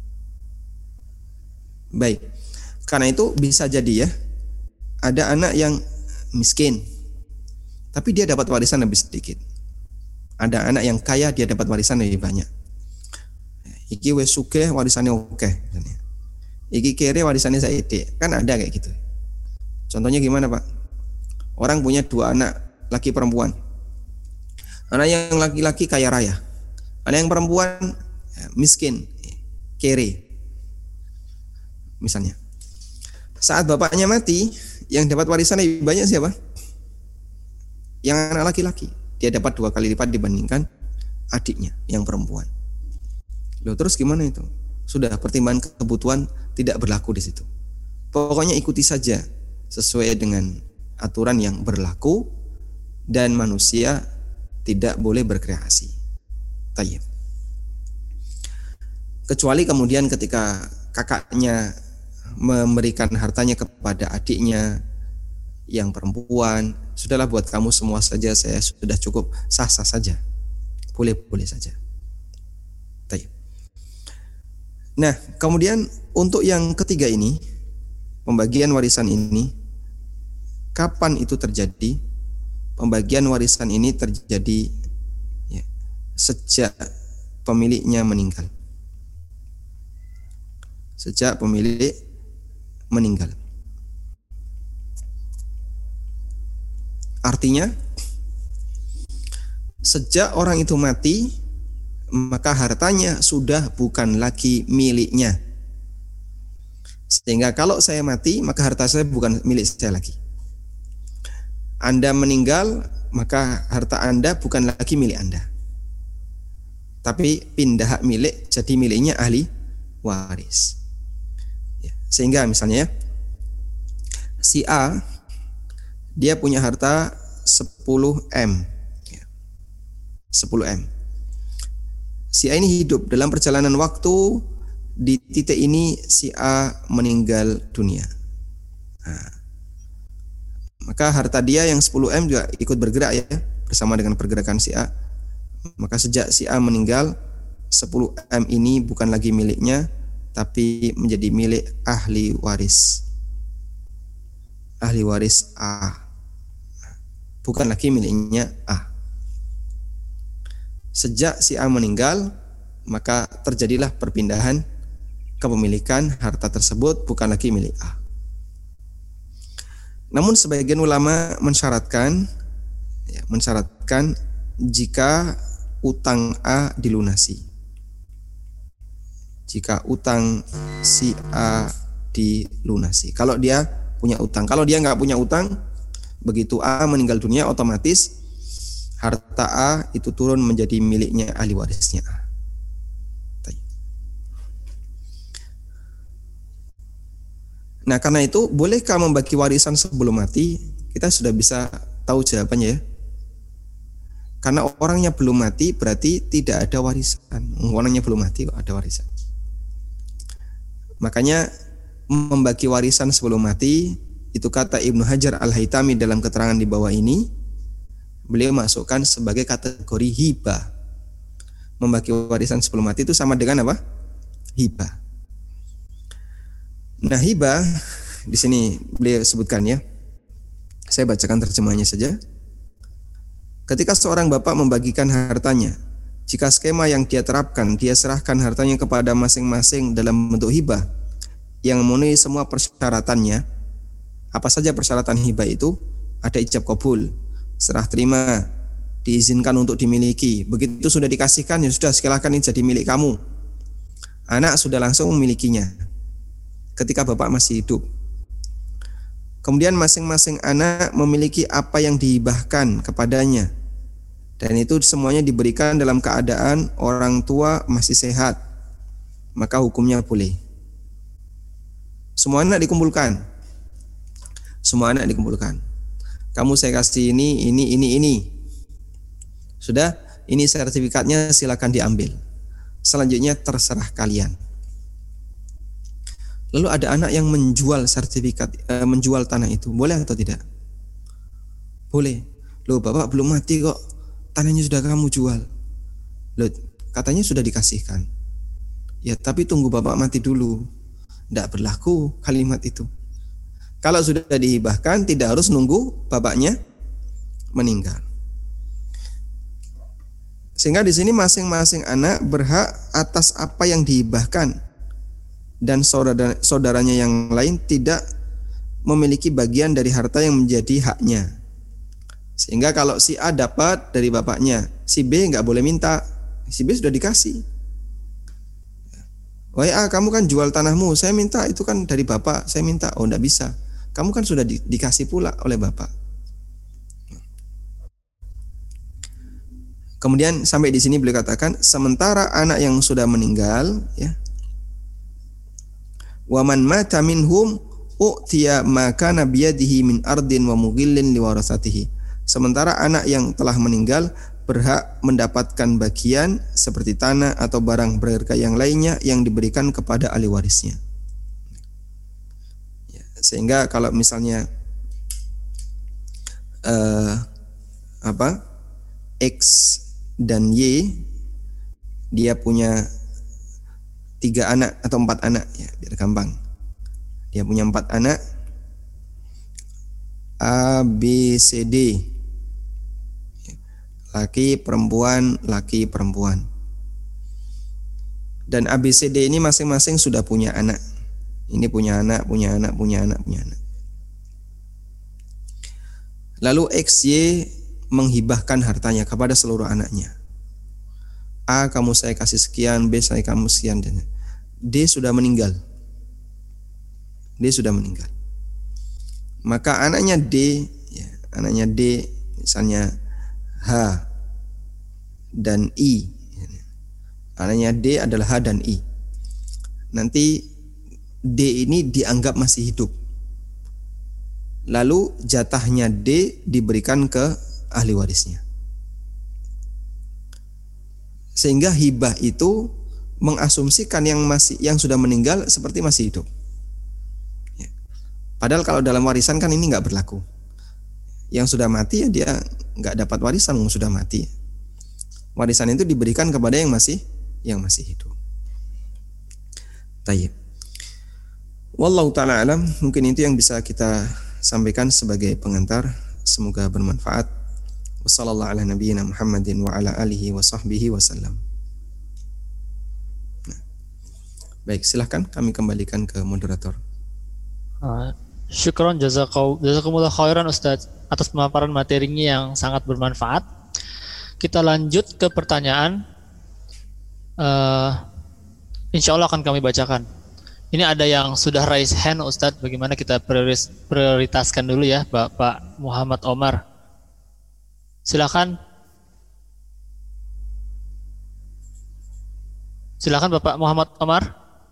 Baik. Karena itu bisa jadi ya, ada anak yang miskin, tapi dia dapat warisan lebih sedikit. Ada anak yang kaya, dia dapat warisan lebih banyak. Iki wes sugih warisannya oke, iki kere warisannya saiki, kan ada kayak gitu. Contohnya gimana, Pak? Orang punya dua anak laki perempuan. Anak yang laki-laki kaya raya, anak yang perempuan miskin, kere. Misalnya, saat bapaknya mati, yang dapat warisan lebih banyak siapa? Yang anak laki-laki. Dia dapat dua kali lipat dibandingkan adiknya yang perempuan. Loh, terus gimana itu? Sudah, pertimbangan kebutuhan tidak berlaku di situ. Pokoknya ikuti saja sesuai dengan aturan yang berlaku, dan manusia tidak boleh berkreasi. Tayyib. Kecuali kemudian ketika kakaknya memberikan hartanya kepada adiknya yang perempuan, sudahlah buat kamu semua saja, saya sudah cukup, sah-sah saja, boleh-boleh saja. Tayyib. Nah, kemudian untuk yang ketiga ini, pembagian warisan ini, kapan itu terjadi? Pembagian warisan ini terjadi ya, sejak pemiliknya meninggal. Sejak pemilik meninggal. Artinya, sejak orang itu mati, maka hartanya sudah bukan lagi miliknya. Sehingga kalau saya mati, maka harta saya bukan milik saya lagi. Anda meninggal, maka harta Anda bukan lagi milik Anda, tapi pindah hak milik jadi miliknya ahli waris. Ya, sehingga misalnya si A, dia punya harta sepuluh M, ya, sepuluh M. Si A ini hidup dalam perjalanan waktu, di titik ini si A meninggal dunia. Nah, maka harta dia yang sepuluh M juga ikut bergerak ya, bersama dengan pergerakan si A. Maka sejak si A meninggal, sepuluh M ini bukan lagi miliknya, tapi menjadi milik ahli waris. Ahli waris A. Bukan lagi miliknya A. Sejak si A meninggal, maka terjadilah perpindahan kepemilikan harta tersebut bukan lagi milik A. Namun sebagian ulama mensyaratkan ya, mensyaratkan jika utang A dilunasi. Jika utang si A dilunasi. Kalau dia punya utang. Kalau dia nggak punya utang, begitu A meninggal dunia otomatis harta A itu turun menjadi miliknya ahli warisnya A. Nah, karena itu bolehkah membagi warisan sebelum mati? Kita sudah bisa tahu jawabannya ya. Karena orangnya belum mati berarti tidak ada warisan. Orangnya belum mati kok ada warisan. Makanya membagi warisan sebelum mati itu kata Ibnu Hajar Al-Haytami dalam keterangan di bawah ini, beliau masukkan sebagai kategori hibah. Membagi warisan sebelum mati itu sama dengan apa? Hibah. Nah, hibah di sini beliau sebutkan ya. Saya bacakan terjemahnya saja. Ketika seorang bapak membagikan hartanya, jika skema yang dia terapkan, dia serahkan hartanya kepada masing-masing dalam bentuk hibah yang memenuhi semua persyaratannya. Apa saja persyaratan hibah itu? Ada ijab kabul, serah terima, diizinkan untuk dimiliki. Begitu sudah dikasihkan, ya sudah, silakan ini jadi milik kamu. Anak sudah langsung memilikinya ketika bapak masih hidup. Kemudian masing-masing anak memiliki apa yang dihibahkan kepadanya, dan itu semuanya diberikan dalam keadaan orang tua masih sehat, maka hukumnya boleh. Semua anak dikumpulkan. Semua anak dikumpulkan. Kamu saya kasih ini, ini, ini, ini. Sudah, ini sertifikatnya, silakan diambil. Selanjutnya terserah kalian. Lalu ada anak yang menjual sertifikat, eh, menjual tanah itu, boleh atau tidak? Boleh. Loh, bapak belum mati kok, tanahnya sudah kamu jual. Loh, katanya sudah dikasihkan. Ya, tapi tunggu bapak mati dulu. Tidak berlaku kalimat itu. Kalau sudah dihibahkan, tidak harus nunggu bapaknya meninggal. Sehingga di sini masing-masing anak berhak atas apa yang dihibahkan, dan saudara, saudaranya yang lain tidak memiliki bagian dari harta yang menjadi haknya. Sehingga kalau si A dapat dari bapaknya, si B nggak boleh minta, si B sudah dikasih. Wahai A, kamu kan jual tanahmu, saya minta itu kan dari bapak, saya minta. Oh, nggak bisa, kamu kan sudah di, dikasih pula oleh bapak. Kemudian sampai di sini beliau katakan, sementara anak yang sudah meninggal, ya, waman mata minhum u'tiya ma kana biyadihi min ardin wa mughillin liwarasatihi. Sementara anak yang telah meninggal berhak mendapatkan bagian seperti tanah atau barang berharga yang lainnya yang diberikan kepada ahli warisnya. Ya, sehingga kalau misalnya uh, apa X dan Y, dia punya tiga anak atau empat anak, ya biar gampang. Dia punya empat anak, A, B, C, D, laki, perempuan, laki, perempuan. Dan A, B, C, D ini masing-masing sudah punya anak. Ini punya anak, punya anak, punya anak, punya anak. Lalu X, Y menghibahkan hartanya kepada seluruh anaknya. A, kamu saya kasih sekian, B, saya kamu sekian, dan D sudah meninggal. D sudah meninggal. Maka anaknya D, ya, anaknya D, misalnya H dan I. Anaknya D adalah H dan I. Nanti D ini dianggap masih hidup. Lalu jatahnya D diberikan ke ahli warisnya. Sehingga hibah itu mengasumsikan yang masih yang sudah meninggal seperti masih hidup. Ya. Padahal kalau dalam warisan kan ini nggak berlaku. Yang sudah mati ya dia nggak dapat warisan, sudah mati. Warisan itu diberikan kepada yang masih yang masih hidup. Tayyib. Wallahu ta'ala alam, mungkin itu yang bisa kita sampaikan sebagai pengantar. Semoga bermanfaat. Wassallallahu ala nabiyyina Muhammadin wa ala alihi wa sahbihi wasallam. Nah. Baik, silahkan kami kembalikan ke moderator. Uh, syukron jazakau jazakumullah khairan Ustaz atas pemaparan materinya yang sangat bermanfaat. Kita lanjut ke pertanyaan. Uh, insya Allah akan kami bacakan. Ini ada yang sudah raise hand Ustadz, bagaimana kita prioris, prioritaskan dulu ya Bapak Muhammad Omar. Silakan. Silakan Bapak Muhammad Omar.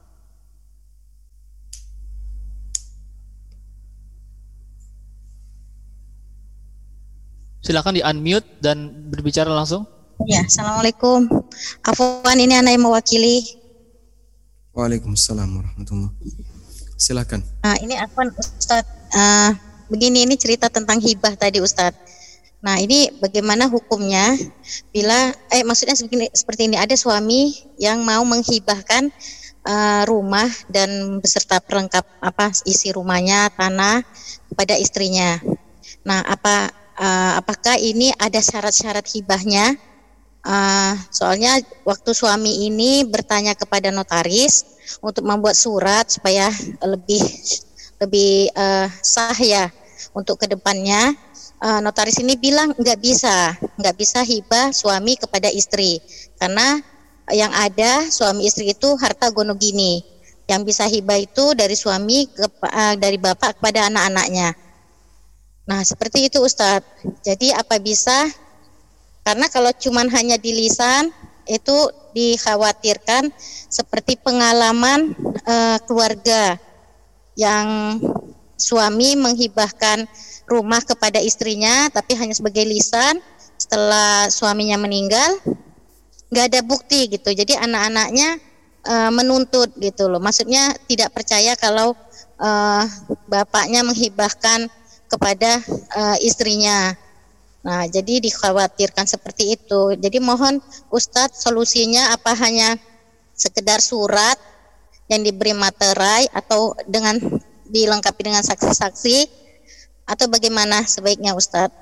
Silakan di unmute dan berbicara langsung. Ya, assalamualaikum. Afwan, ini anak yang mewakili. Waalaikumsalam warahmatullahi. Silakan. Nah, ini Afwan Ustadz. Uh, begini, ini cerita tentang hibah tadi Ustadz. Nah, ini bagaimana hukumnya bila, eh maksudnya begini, seperti ini, ada suami yang mau menghibahkan uh, rumah dan beserta perlengkap apa isi rumahnya, tanah kepada istrinya. Nah, apa uh, apakah ini ada syarat-syarat hibahnya? Uh, soalnya waktu suami ini bertanya kepada notaris untuk membuat surat supaya lebih lebih uh, sah ya untuk kedepannya, uh, notaris ini bilang nggak bisa nggak bisa hibah suami kepada istri karena yang ada suami istri itu harta gonogini, yang bisa hibah itu dari suami ke, uh, dari bapak kepada anak-anaknya. Nah seperti itu Ustadz. Jadi apa bisa? Karena kalau cuman hanya di lisan itu dikhawatirkan seperti pengalaman e, keluarga yang suami menghibahkan rumah kepada istrinya tapi hanya sebagai lisan, setelah suaminya meninggal nggak ada bukti gitu. Jadi anak-anaknya e, menuntut gitu loh. Maksudnya tidak percaya kalau e, bapaknya menghibahkan kepada e, istrinya. Nah, jadi dikhawatirkan seperti itu. Jadi mohon Ustadz solusinya apa hanya sekedar surat yang diberi materai atau dengan dilengkapi dengan saksi-saksi atau bagaimana sebaiknya Ustadz?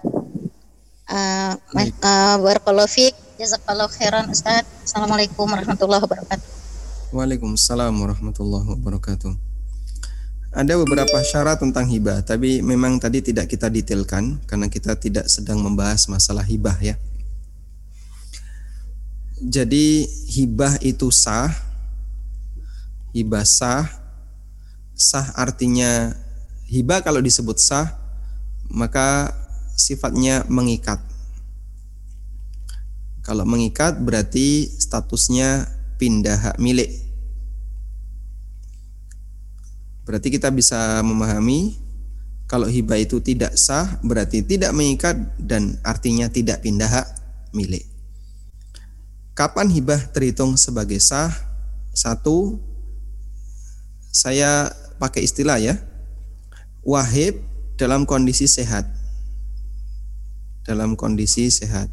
Uh, uh, Barakallahu fiik, jazakallahu khairan Ustadz. Assalamualaikum warahmatullahi wabarakatuh. Waalaikumsalam warahmatullahi wabarakatuh. Ada beberapa syarat tentang hibah, tapi memang tadi tidak kita detailkan karena kita tidak sedang membahas masalah hibah ya. Jadi hibah itu sah, hibah sah, sah artinya hibah kalau disebut sah maka sifatnya mengikat. Kalau mengikat berarti statusnya pindah hak milik. Berarti kita bisa memahami kalau hibah itu tidak sah berarti tidak mengikat dan artinya tidak pindah hak milik. Kapan hibah terhitung sebagai sah? Satu, saya pakai istilah ya, wahib dalam kondisi sehat. Dalam kondisi sehat.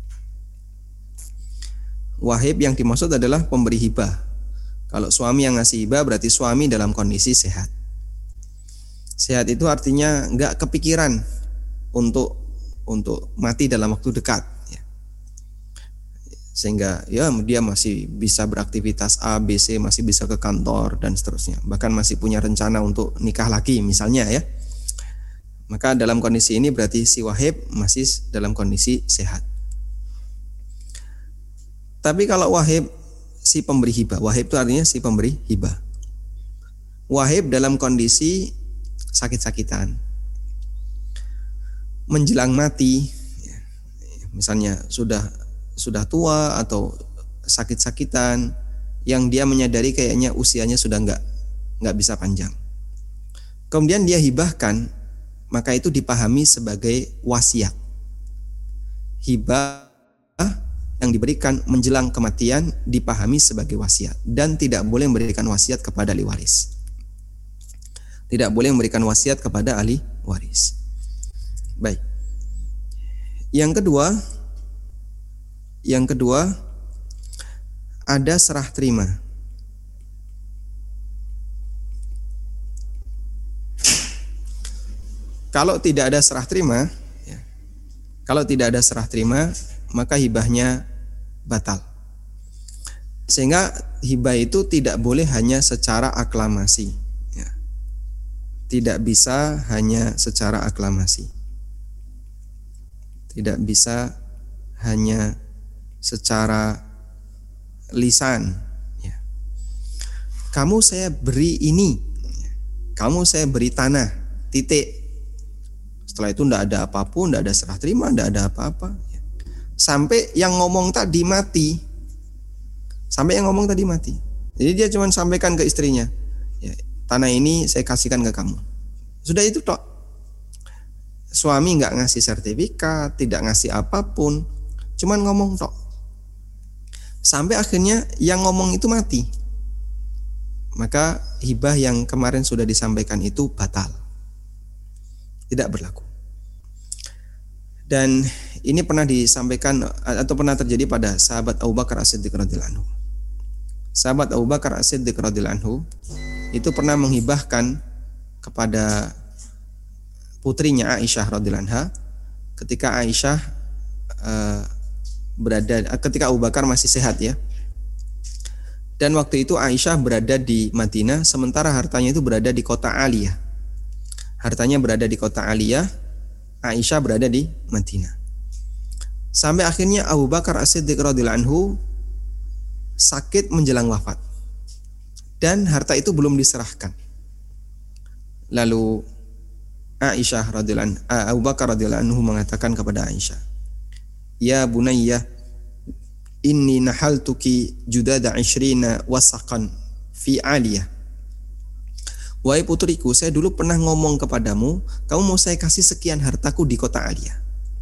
Wahib yang dimaksud adalah pemberi hibah. Kalau suami yang ngasih hibah berarti suami dalam kondisi sehat. Sehat itu artinya nggak kepikiran untuk untuk mati dalam waktu dekat. Ya. Sehingga ya dia masih bisa beraktivitas A, B, C, masih bisa ke kantor dan seterusnya. Bahkan masih punya rencana untuk nikah lagi misalnya ya. Maka dalam kondisi ini berarti si wahib masih dalam kondisi sehat. Tapi kalau wahib si pemberi hibah, wahib itu artinya si pemberi hibah. Wahib dalam kondisi sakit-sakitan, menjelang mati, misalnya sudah sudah tua atau sakit-sakitan, yang dia menyadari kayaknya usianya sudah nggak nggak bisa panjang. Kemudian dia hibahkan, maka itu dipahami sebagai wasiat. Hibah yang diberikan menjelang kematian dipahami sebagai wasiat dan tidak boleh memberikan wasiat kepada ahli waris. Tidak boleh memberikan wasiat kepada ahli waris. Baik. Yang kedua, yang kedua ada serah terima. Kalau tidak ada serah terima, ya, kalau tidak ada serah terima, maka hibahnya batal. Sehingga hibah itu tidak boleh hanya secara aklamasi, ya. Tidak bisa hanya secara aklamasi. Tidak bisa hanya secara lisan, ya. Kamu saya beri ini, kamu saya beri tanah, titik. Setelah itu tidak ada apapun, tidak ada serah terima, tidak ada apa-apa. Sampai yang ngomong tadi mati. Sampai yang ngomong tadi mati. Jadi dia cuma sampaikan ke istrinya, ya, tanah ini saya kasihkan ke kamu. Sudah itu tok. Suami nggak ngasih sertifikat, tidak ngasih apapun, cuman ngomong tok. Sampai akhirnya yang ngomong itu mati. Maka hibah yang kemarin sudah disampaikan itu batal. Tidak berlaku. Dan ini pernah disampaikan atau pernah terjadi pada sahabat Abu Bakar As-Siddiq radhiyallahu anhu. Sahabat Abu Bakar As-Siddiq radhiyallahu anhu itu pernah menghibahkan kepada putrinya Aisyah radhiyallahu anha ketika Aisyah uh, berada ketika Abu Bakar masih sehat, ya. Dan waktu itu Aisyah berada di Madinah sementara hartanya itu berada di kota Aliyah. Hartanya berada di kota Aliyah, Aisyah berada di Madinah. Sampai akhirnya Abu Bakar As-Siddiq radhiyallahu anhu sakit menjelang wafat. Dan harta itu belum diserahkan. Lalu Aisyah radhiyallahu anha, Abu Bakar radhiyallahu anhu mengatakan kepada Aisyah, "Ya bunayyah, inni nahaltuki judada ishrina wasaqan fi Aliyah." Wahai putriku, saya dulu pernah ngomong kepadamu, kamu mau saya kasih sekian hartaku di kota Aliyah.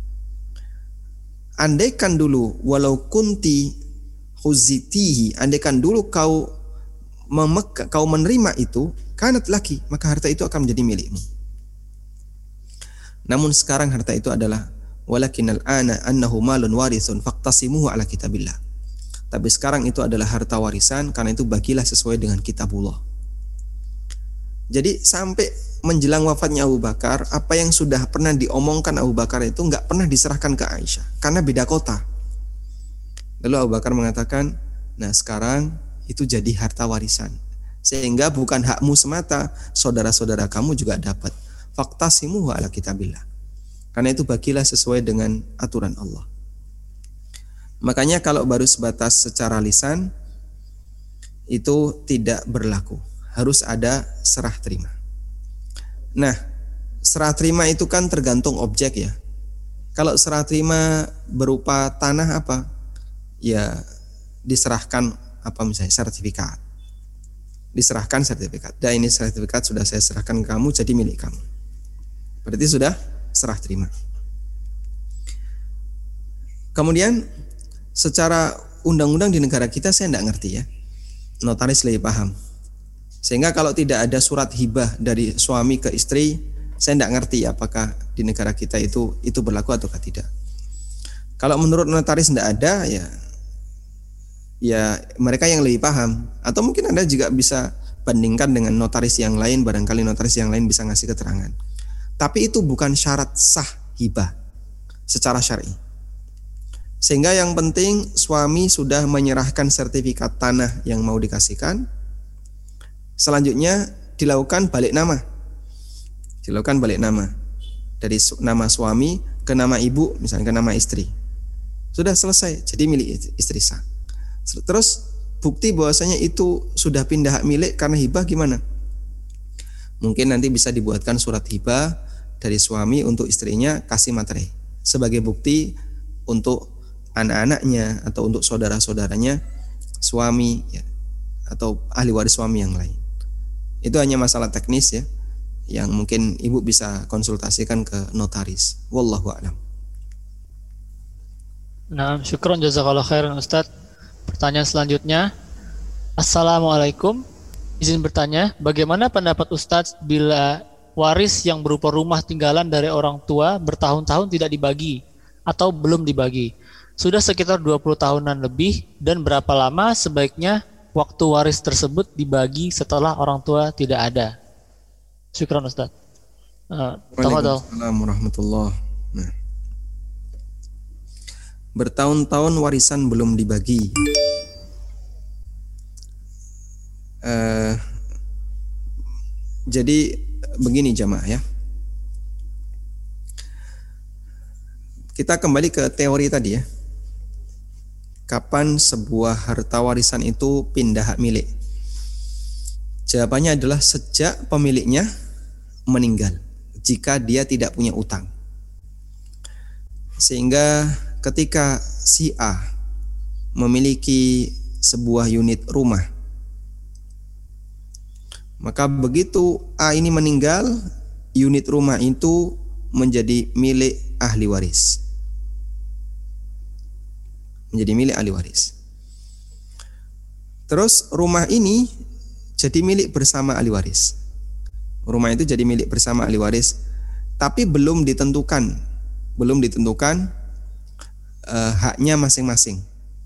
Andaikan dulu, walau kunti huzitihi, andaikan dulu kau memeka, kau menerima itu, kanat laki, maka harta itu akan menjadi milikmu. Namun sekarang harta itu adalah walakinal ana annahu malun warisun faqtasimuhu ala kitabillah. Tapi sekarang itu adalah harta warisan, karena itu bagilah sesuai dengan kitabullah. Jadi sampai menjelang wafatnya Abu Bakar, apa yang sudah pernah diomongkan Abu Bakar itu nggak pernah diserahkan ke Aisyah karena beda kota. Lalu Abu Bakar mengatakan, nah sekarang itu jadi harta warisan, sehingga bukan hakmu semata, saudara-saudara kamu juga dapat. Faqtasimuhu ala kitabillah. Karena itu bagilah sesuai dengan aturan Allah. Makanya kalau baru sebatas secara lisan itu tidak berlaku. Harus ada serah terima. Nah, serah terima itu kan tergantung objek, ya. Kalau serah terima berupa tanah apa? Ya diserahkan apa misalnya sertifikat. Diserahkan sertifikat. Dan ini sertifikat sudah saya serahkan ke kamu, jadi milik kamu. Berarti sudah serah terima. Kemudian secara undang-undang di negara kita saya tidak ngerti, ya. Notaris lebih paham. Sehingga kalau tidak ada surat hibah dari suami ke istri, saya tidak ngerti apakah di negara kita itu itu berlaku atau tidak. Kalau menurut notaris tidak ada, ya ya mereka yang lebih paham. Atau mungkin Anda juga bisa bandingkan dengan notaris yang lain, barangkali notaris yang lain bisa ngasih keterangan. Tapi itu bukan syarat sah hibah secara syar'i. Sehingga yang penting suami sudah menyerahkan sertifikat tanah yang mau dikasihkan. Selanjutnya dilakukan balik nama. Dilakukan balik nama. Dari nama suami ke nama ibu, misalnya ke nama istri. Sudah selesai, jadi milik istri sah. Terus bukti bahwasanya itu sudah pindah hak milik karena hibah gimana? Mungkin nanti bisa dibuatkan surat hibah dari suami untuk istrinya, kasih materai sebagai bukti untuk anak-anaknya atau untuk saudara-saudaranya suami, ya, atau ahli waris suami yang lain. Itu hanya masalah teknis, ya, yang mungkin ibu bisa konsultasikan ke notaris. Wallahu a'lam. Nah, syukron jazakallahu khairan Ustaz. Pertanyaan selanjutnya, Assalamualaikum. Izin bertanya, bagaimana pendapat Ustaz bila waris yang berupa rumah tinggalan dari orang tua bertahun-tahun tidak dibagi atau belum dibagi? Sudah sekitar dua puluh tahunan lebih, dan berapa lama sebaiknya waktu waris tersebut dibagi setelah orang tua tidak ada? Syukran Ustaz. Uh, Waalaikumsalam warahmatullahi. Nah. Bertahun-tahun warisan belum dibagi. Uh, jadi begini jamaah ya. Kita kembali ke teori tadi ya. Kapan sebuah harta warisan itu pindah hak milik? Jawabannya adalah sejak pemiliknya meninggal, jika dia tidak punya utang. Sehingga ketika si A memiliki sebuah unit rumah, maka begitu A ini meninggal, unit rumah itu menjadi milik ahli waris. Menjadi milik ahli waris. Terus rumah ini jadi milik bersama ahli waris. Rumah itu jadi milik bersama ahli waris, tapi belum ditentukan, belum ditentukan uh, haknya masing-masing.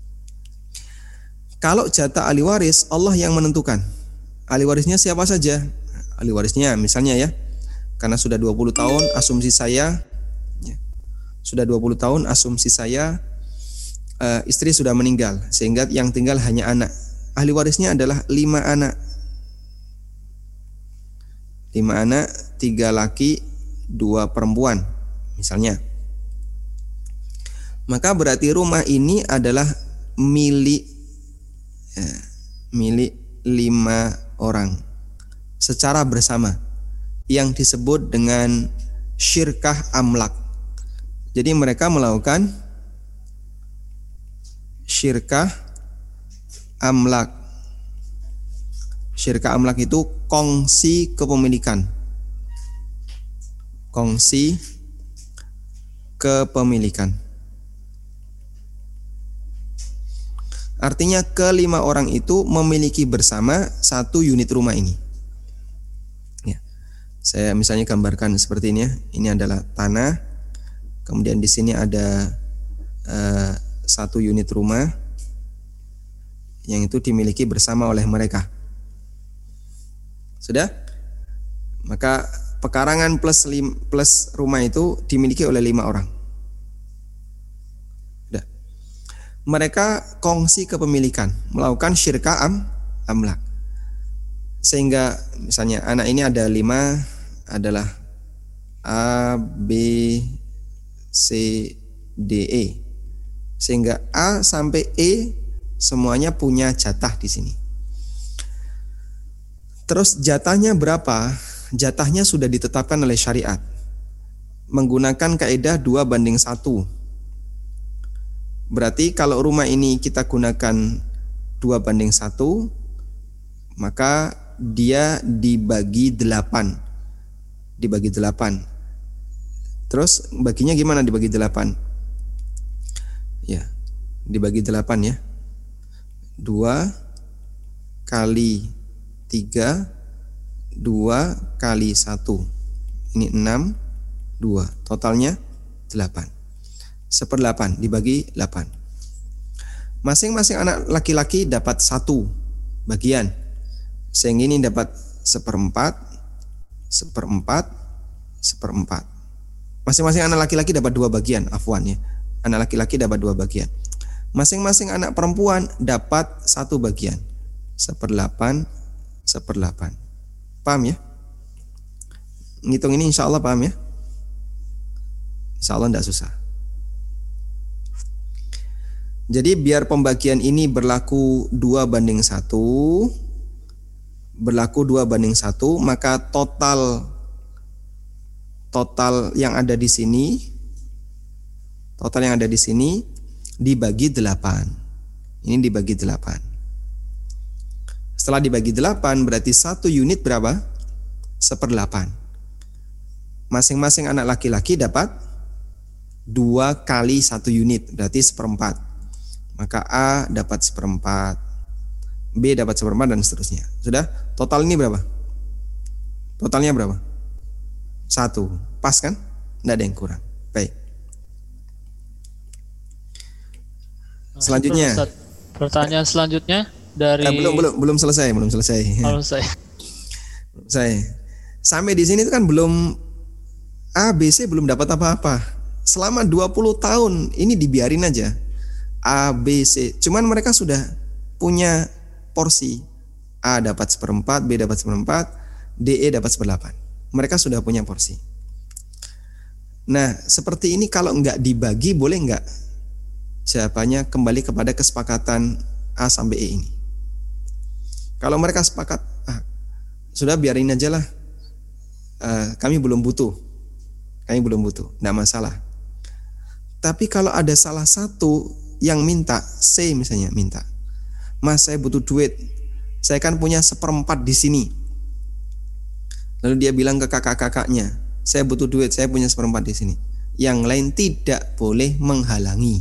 Kalau jatah ahli waris, Allah yang menentukan. Ahli warisnya siapa saja? Ahli warisnya misalnya ya, karena sudah dua puluh tahun asumsi saya, ya, sudah dua puluh tahun asumsi saya uh, istri sudah meninggal, sehingga yang tinggal hanya anak. Ahli warisnya adalah lima anak. Lima anak, tiga laki, dua perempuan, misalnya. Maka berarti rumah ini adalah milik ya, milik lima orang secara bersama, yang disebut dengan syirkah amlak. Jadi mereka melakukan syirkah amlak. Syirkah amlak itu kongsi kepemilikan. Kongsi kepemilikan. Artinya kelima orang itu memiliki bersama satu unit rumah ini. Ya. Saya misalnya gambarkan seperti ini ya. Ini adalah tanah. Kemudian di sini ada uh, satu unit rumah yang itu dimiliki bersama oleh mereka. Sudah? Maka pekarangan plus lim, plus rumah itu dimiliki oleh lima orang. Sudah. Mereka kongsi kepemilikan, melakukan syirkah am, amlak. Sehingga misalnya anak ini ada lima, adalah A, B, C, D, E. Sehingga A sampai E semuanya punya jatah di sini. Terus jatahnya berapa? Jatahnya sudah ditetapkan oleh syariat menggunakan kaidah dua banding satu. Berarti kalau rumah ini kita gunakan dua banding satu, maka dia dibagi delapan. Dibagi delapan. Terus baginya gimana dibagi delapan? Ya, dibagi delapan ya. Dua kali tiga, dua kali satu. Ini enam, dua. Totalnya delapan. Seperdelapan dibagi delapan. Masing-masing anak laki-laki dapat satu bagian. Sehingga ini dapat seperempat, seperempat, seperempat. Masing-masing anak laki-laki dapat dua bagian, afwan ya. Anak laki-laki dapat dua bagian. Masing-masing anak perempuan dapat satu bagian. Seperdelapan, seperdelapan. Paham ya? Ngitung ini insya Allah paham ya? Insya Allah tidak susah. Jadi biar pembagian ini berlaku dua banding satu, berlaku dua banding satu, maka total total yang ada di sini, total yang ada di sini dibagi delapan. Ini dibagi delapan. Setelah dibagi delapan berarti satu unit berapa? Seperdelapan. Masing-masing anak laki-laki dapat dua kali satu unit, berarti seperempat. Maka A dapat seperempat, B dapat seperempat dan seterusnya. Sudah? Total ini berapa? Totalnya berapa? Satu. Pas kan? Tidak ada yang kurang. Baik. Selanjutnya. Ustaz. Pertanyaan selanjutnya dari eh, belum belum belum selesai, belum selesai. Kalau saya Saya sampai di sini itu kan belum A B C belum dapat apa-apa. Selama dua puluh tahun ini dibiarin aja. A B C. Cuman mereka sudah punya porsi. A dapat seperempat, B dapat seperempat, D E dapat seperdelapan. Mereka sudah punya porsi. Nah, seperti ini kalau nggak dibagi boleh nggak? Jawabannya kembali kepada kesepakatan A sampai E ini. Kalau mereka sepakat, ah, sudah biarin aja lah. Uh, kami belum butuh, kami belum butuh, nggak masalah. Tapi kalau ada salah satu yang minta, C misalnya minta, Mas saya butuh duit, saya kan punya seperempat di sini. Lalu dia bilang ke kakak-kakaknya, saya butuh duit, saya punya seperempat di sini. Yang lain tidak boleh menghalangi.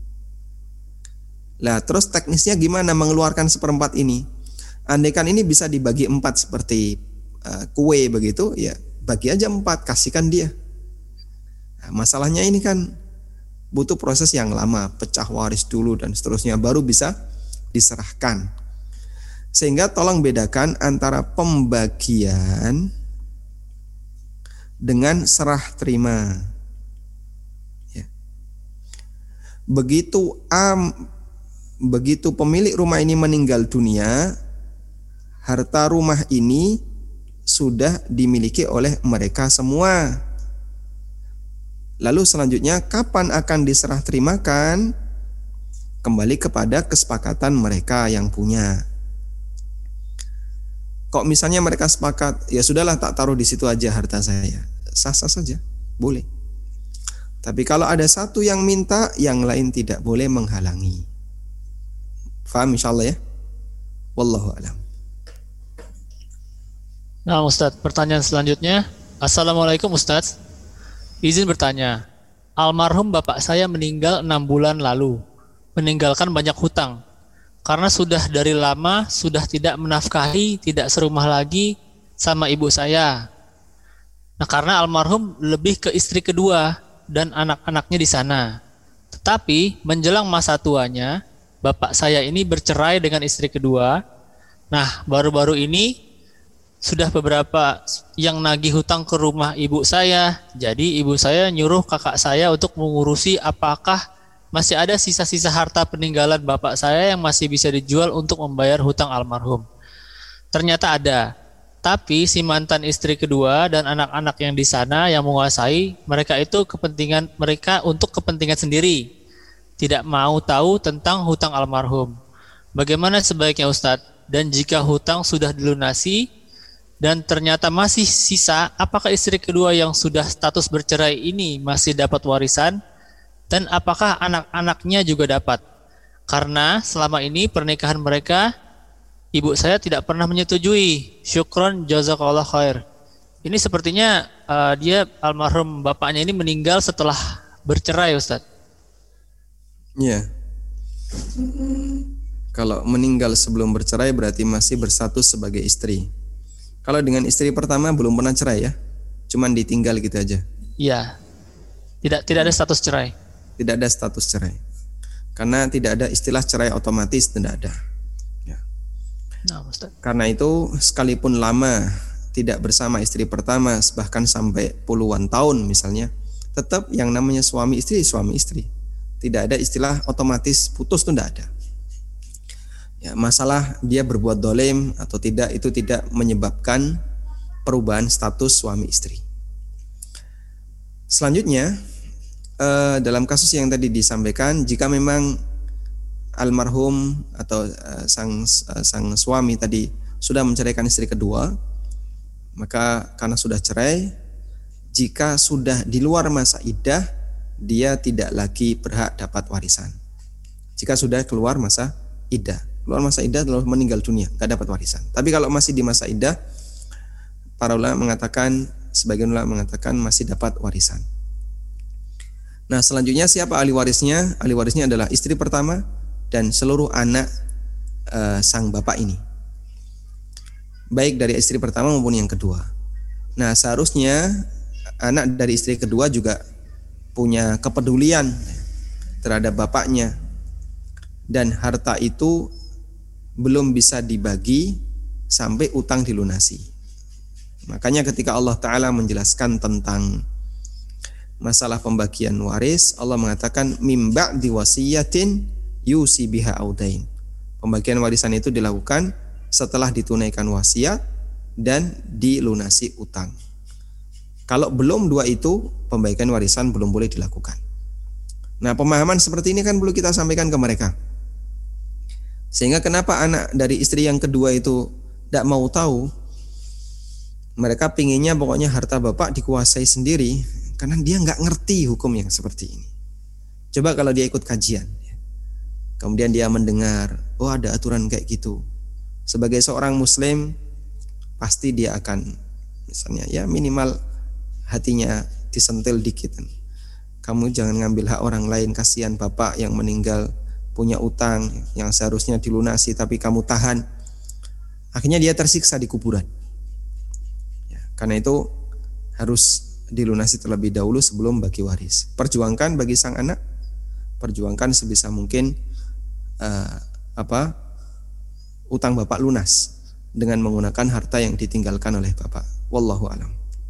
Lah terus teknisnya gimana mengeluarkan seperempat ini? Andaikan ini bisa dibagi empat seperti uh, kue begitu, ya bagi aja empat, kasihkan dia. Nah, masalahnya ini kan butuh proses yang lama, pecah waris dulu dan seterusnya, baru bisa diserahkan. Sehingga tolong bedakan antara pembagian dengan serah terima. Ya. Begitu A, begitu pemilik rumah ini meninggal dunia, harta rumah ini sudah dimiliki oleh mereka semua. Lalu selanjutnya kapan akan diserah terimakan? Kembali kepada kesepakatan mereka yang punya. Kok misalnya mereka sepakat, ya sudahlah tak taruh di situ aja harta saya. Sah-sah saja, boleh. Tapi kalau ada satu yang minta, yang lain tidak boleh menghalangi. Faham insyaallah ya? Wallahu a'lam. Nah Ustadz, pertanyaan selanjutnya. Assalamualaikum Ustadz, izin bertanya. Almarhum bapak saya meninggal enam bulan lalu, meninggalkan banyak hutang. Karena sudah dari lama sudah tidak menafkahi, tidak serumah lagi sama ibu saya. Nah karena almarhum lebih ke istri kedua dan anak-anaknya di sana. Tetapi menjelang masa tuanya, bapak saya ini bercerai dengan istri kedua. Nah baru-baru ini sudah beberapa yang nagih hutang ke rumah ibu saya. Jadi ibu saya nyuruh kakak saya untuk mengurusi apakah masih ada sisa-sisa harta peninggalan bapak saya yang masih bisa dijual untuk membayar hutang almarhum. Ternyata ada. Tapi si mantan istri kedua dan anak-anak yang di sana yang menguasai, mereka itu kepentingan mereka untuk kepentingan sendiri. Tidak mau tahu tentang hutang almarhum. Bagaimana sebaiknya Ustadz? Dan jika hutang sudah dilunasi dan ternyata masih sisa, apakah istri kedua yang sudah status bercerai ini masih dapat warisan? Dan apakah anak-anaknya juga dapat? Karena selama ini pernikahan mereka, ibu saya tidak pernah menyetujui. Syukron jazakallah khair. Ini sepertinya uh, dia almarhum bapaknya ini meninggal setelah bercerai Ustadz. Iya. Kalau meninggal sebelum bercerai berarti masih berstatus sebagai istri. Kalau dengan istri pertama belum pernah cerai ya, cuman ditinggal gitu aja. Iya, tidak tidak ada status cerai. Tidak ada status cerai, karena tidak ada istilah cerai otomatis, tidak ada. Ya. Nah, Ustaz. Karena itu sekalipun lama tidak bersama istri pertama, bahkan sampai puluhan tahun misalnya, tetap yang namanya suami istri suami istri. Tidak ada istilah otomatis putus, itu tidak ada. Ya, masalah dia berbuat dolim atau tidak itu tidak menyebabkan perubahan status suami istri. Selanjutnya eh, dalam kasus yang tadi disampaikan, jika memang almarhum atau eh, sang eh, sang suami tadi sudah menceraikan istri kedua, maka karena sudah cerai, jika sudah di luar masa iddah, dia tidak lagi berhak dapat warisan. Jika sudah keluar masa iddah, keluar masa iddah lalu meninggal dunia, nggak dapat warisan. Tapi kalau masih di masa iddah, para ulama mengatakan, sebagian ulama mengatakan masih dapat warisan. Nah selanjutnya siapa ahli warisnya? Ahli warisnya adalah istri pertama dan seluruh anak uh, sang bapak ini, baik dari istri pertama maupun yang kedua. Nah seharusnya anak dari istri kedua juga punya kepedulian terhadap bapaknya. dan harta itu belum bisa dibagi sampai utang dilunasi. Makanya ketika Allah Ta'ala menjelaskan tentang masalah pembagian waris, Allah mengatakan mim ba'di wasiyatin yusi biha audain. Pembagian warisan itu dilakukan setelah ditunaikan wasiat dan dilunasi utang. Kalau belum dua itu, pembagian warisan belum boleh dilakukan. Nah, pemahaman seperti ini kan perlu kita sampaikan ke mereka. Sehingga kenapa anak dari istri yang kedua itu tidak mau tahu? Mereka pinginnya pokoknya harta bapak dikuasai sendiri, karena dia nggak ngerti hukum yang seperti ini. Coba kalau dia ikut kajian, kemudian dia mendengar, oh ada aturan kayak gitu. Sebagai seorang muslim, pasti dia akan misalnya ya minimal hatinya disentil dikit. Kamu jangan ngambil hak orang lain, kasihan bapak yang meninggal punya utang yang seharusnya dilunasi tapi kamu tahan. Akhirnya dia tersiksa di kuburan. Ya, karena itu harus dilunasi terlebih dahulu sebelum bagi waris. Perjuangkan bagi sang anak, perjuangkan sebisa mungkin uh, apa utang bapak lunas dengan menggunakan harta yang ditinggalkan oleh bapak. Wallahu a'lam.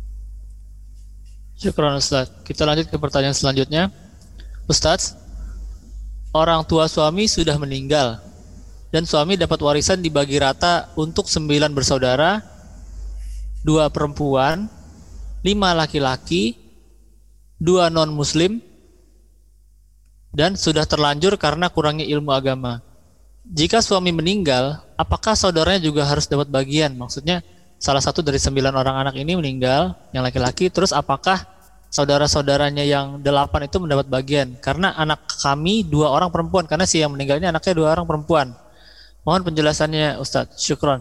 Syukran Ustaz. Kita lanjut ke pertanyaan selanjutnya. Ustaz, orang tua suami sudah meninggal dan suami dapat warisan dibagi rata untuk sembilan bersaudara, dua perempuan, lima laki-laki, dua non-muslim, dan sudah terlanjur karena kurangnya ilmu agama. Jika suami meninggal, apakah saudaranya juga harus dapat bagian? Maksudnya salah satu dari sembilan orang anak ini meninggal, yang laki-laki, terus apakah saudara-saudaranya yang delapan itu mendapat bagian? Karena anak kami dua orang perempuan, karena si yang meninggal ini anaknya dua orang perempuan. Mohon penjelasannya Ustadz. Syukron.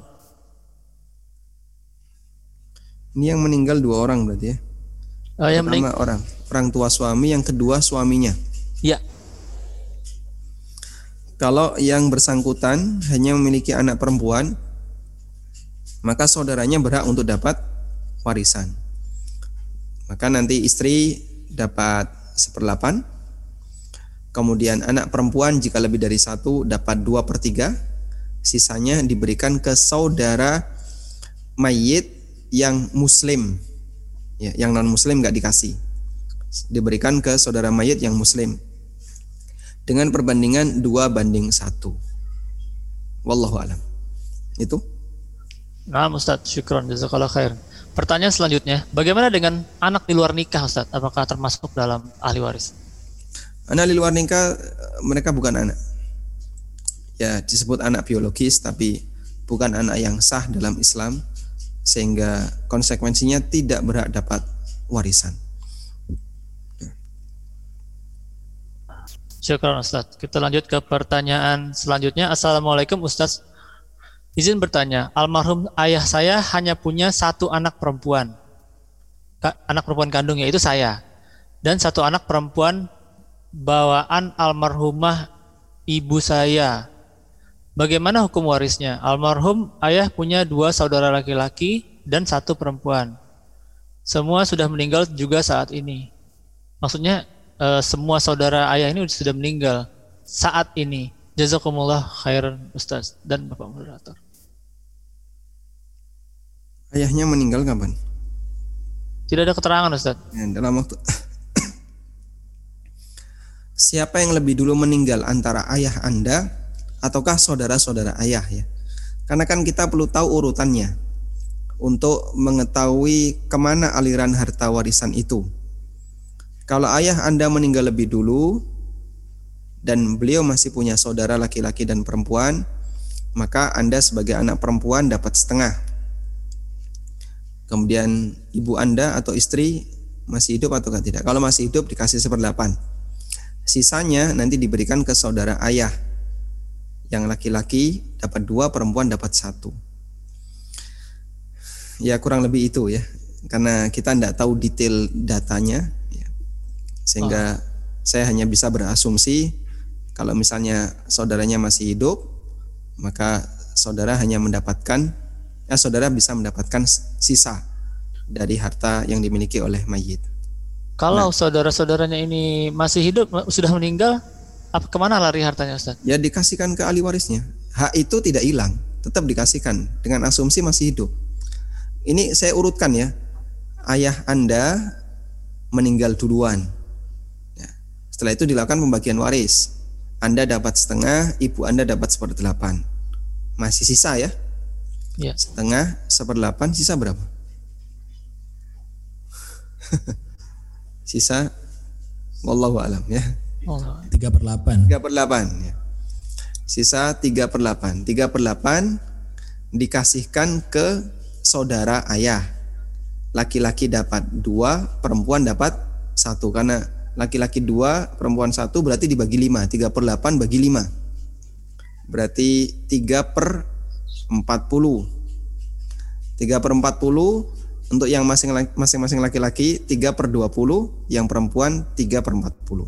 Ini yang meninggal dua orang berarti ya? Uh, yang Pertama mening- orang, orang tua suami, yang kedua suaminya. Ya. Kalau yang bersangkutan hanya memiliki anak perempuan, maka saudaranya berhak untuk dapat warisan. Maka nanti istri dapat seperdelapan, kemudian anak perempuan jika lebih dari satu dapat dua per tiga, sisanya diberikan ke saudara mayit yang muslim, ya, yang non muslim nggak dikasih, diberikan ke saudara mayit yang muslim dengan perbandingan dua banding satu. Wallahu alam. Itu. Nah, Ustadz, syukron, jazakallah khair. Pertanyaan selanjutnya, bagaimana dengan anak di luar nikah, Ustadz? Apakah termasuk dalam ahli waris? Anak di luar nikah, mereka bukan anak. Ya, disebut anak biologis, tapi bukan anak yang sah dalam Islam, sehingga konsekuensinya tidak berhak dapat warisan. Syukron, Ustadz. Kita lanjut ke pertanyaan selanjutnya. Assalamualaikum, Ustadz. Izin bertanya, almarhum ayah saya hanya punya satu anak perempuan, anak perempuan kandung, yaitu saya, dan satu anak perempuan bawaan almarhumah ibu saya. Bagaimana hukum warisnya? Almarhum ayah punya dua saudara laki-laki dan satu perempuan. Semua sudah meninggal juga saat ini. Maksudnya eh, semua saudara ayah ini sudah meninggal saat ini. Jazakumullah khairan Ustaz dan Bapak moderator. Ayahnya meninggal kapan? Tidak ada keterangan Ustaz. Ya, dalam waktu. Siapa yang lebih dulu meninggal, antara ayah Anda ataukah saudara-saudara ayah ya? Karena kan kita perlu tahu urutannya untuk mengetahui kemana aliran harta warisan itu. Kalau ayah Anda meninggal lebih dulu dan beliau masih punya saudara laki-laki dan perempuan, maka Anda sebagai anak perempuan dapat setengah. Kemudian ibu Anda atau istri masih hidup atau tidak? Kalau masih hidup dikasih seperdelapan. Sisanya nanti diberikan ke saudara ayah. Yang laki-laki dapat dua, perempuan dapat satu. Ya kurang lebih itu ya. Karena kita tidak tahu detail datanya ya. Sehingga oh. saya hanya bisa berasumsi kalau misalnya saudaranya masih hidup, maka saudara hanya mendapatkan, ya saudara bisa mendapatkan sisa dari harta yang dimiliki oleh mayit. Kalau nah, saudara-saudaranya ini masih hidup, sudah meninggal, Apa kemana lari hartanya Ustaz? Ya dikasihkan ke ahli warisnya. Hak itu tidak hilang, tetap dikasihkan dengan asumsi masih hidup. Ini saya urutkan ya. Ayah Anda meninggal duluan. Ya. Setelah itu dilakukan pembagian waris. Anda dapat setengah, ibu Anda dapat seperdelapan. Masih sisa ya? Ya. Setengah, seperdelapan, sisa berapa? Sisa, wallahu alam ya. Tiga per delapan. Tiga per delapan ya. Sisa tiga per delapan. Tiga per delapan dikasihkan ke saudara ayah. Laki-laki dapat dua, perempuan dapat satu. Karena laki-laki dua, perempuan satu berarti dibagi lima. Tiga per delapan bagi lima. Berarti tiga per empat puluh. Tiga per empat puluh untuk yang masing-masing laki-laki, tiga per dua puluh, yang perempuan tiga per empat puluh.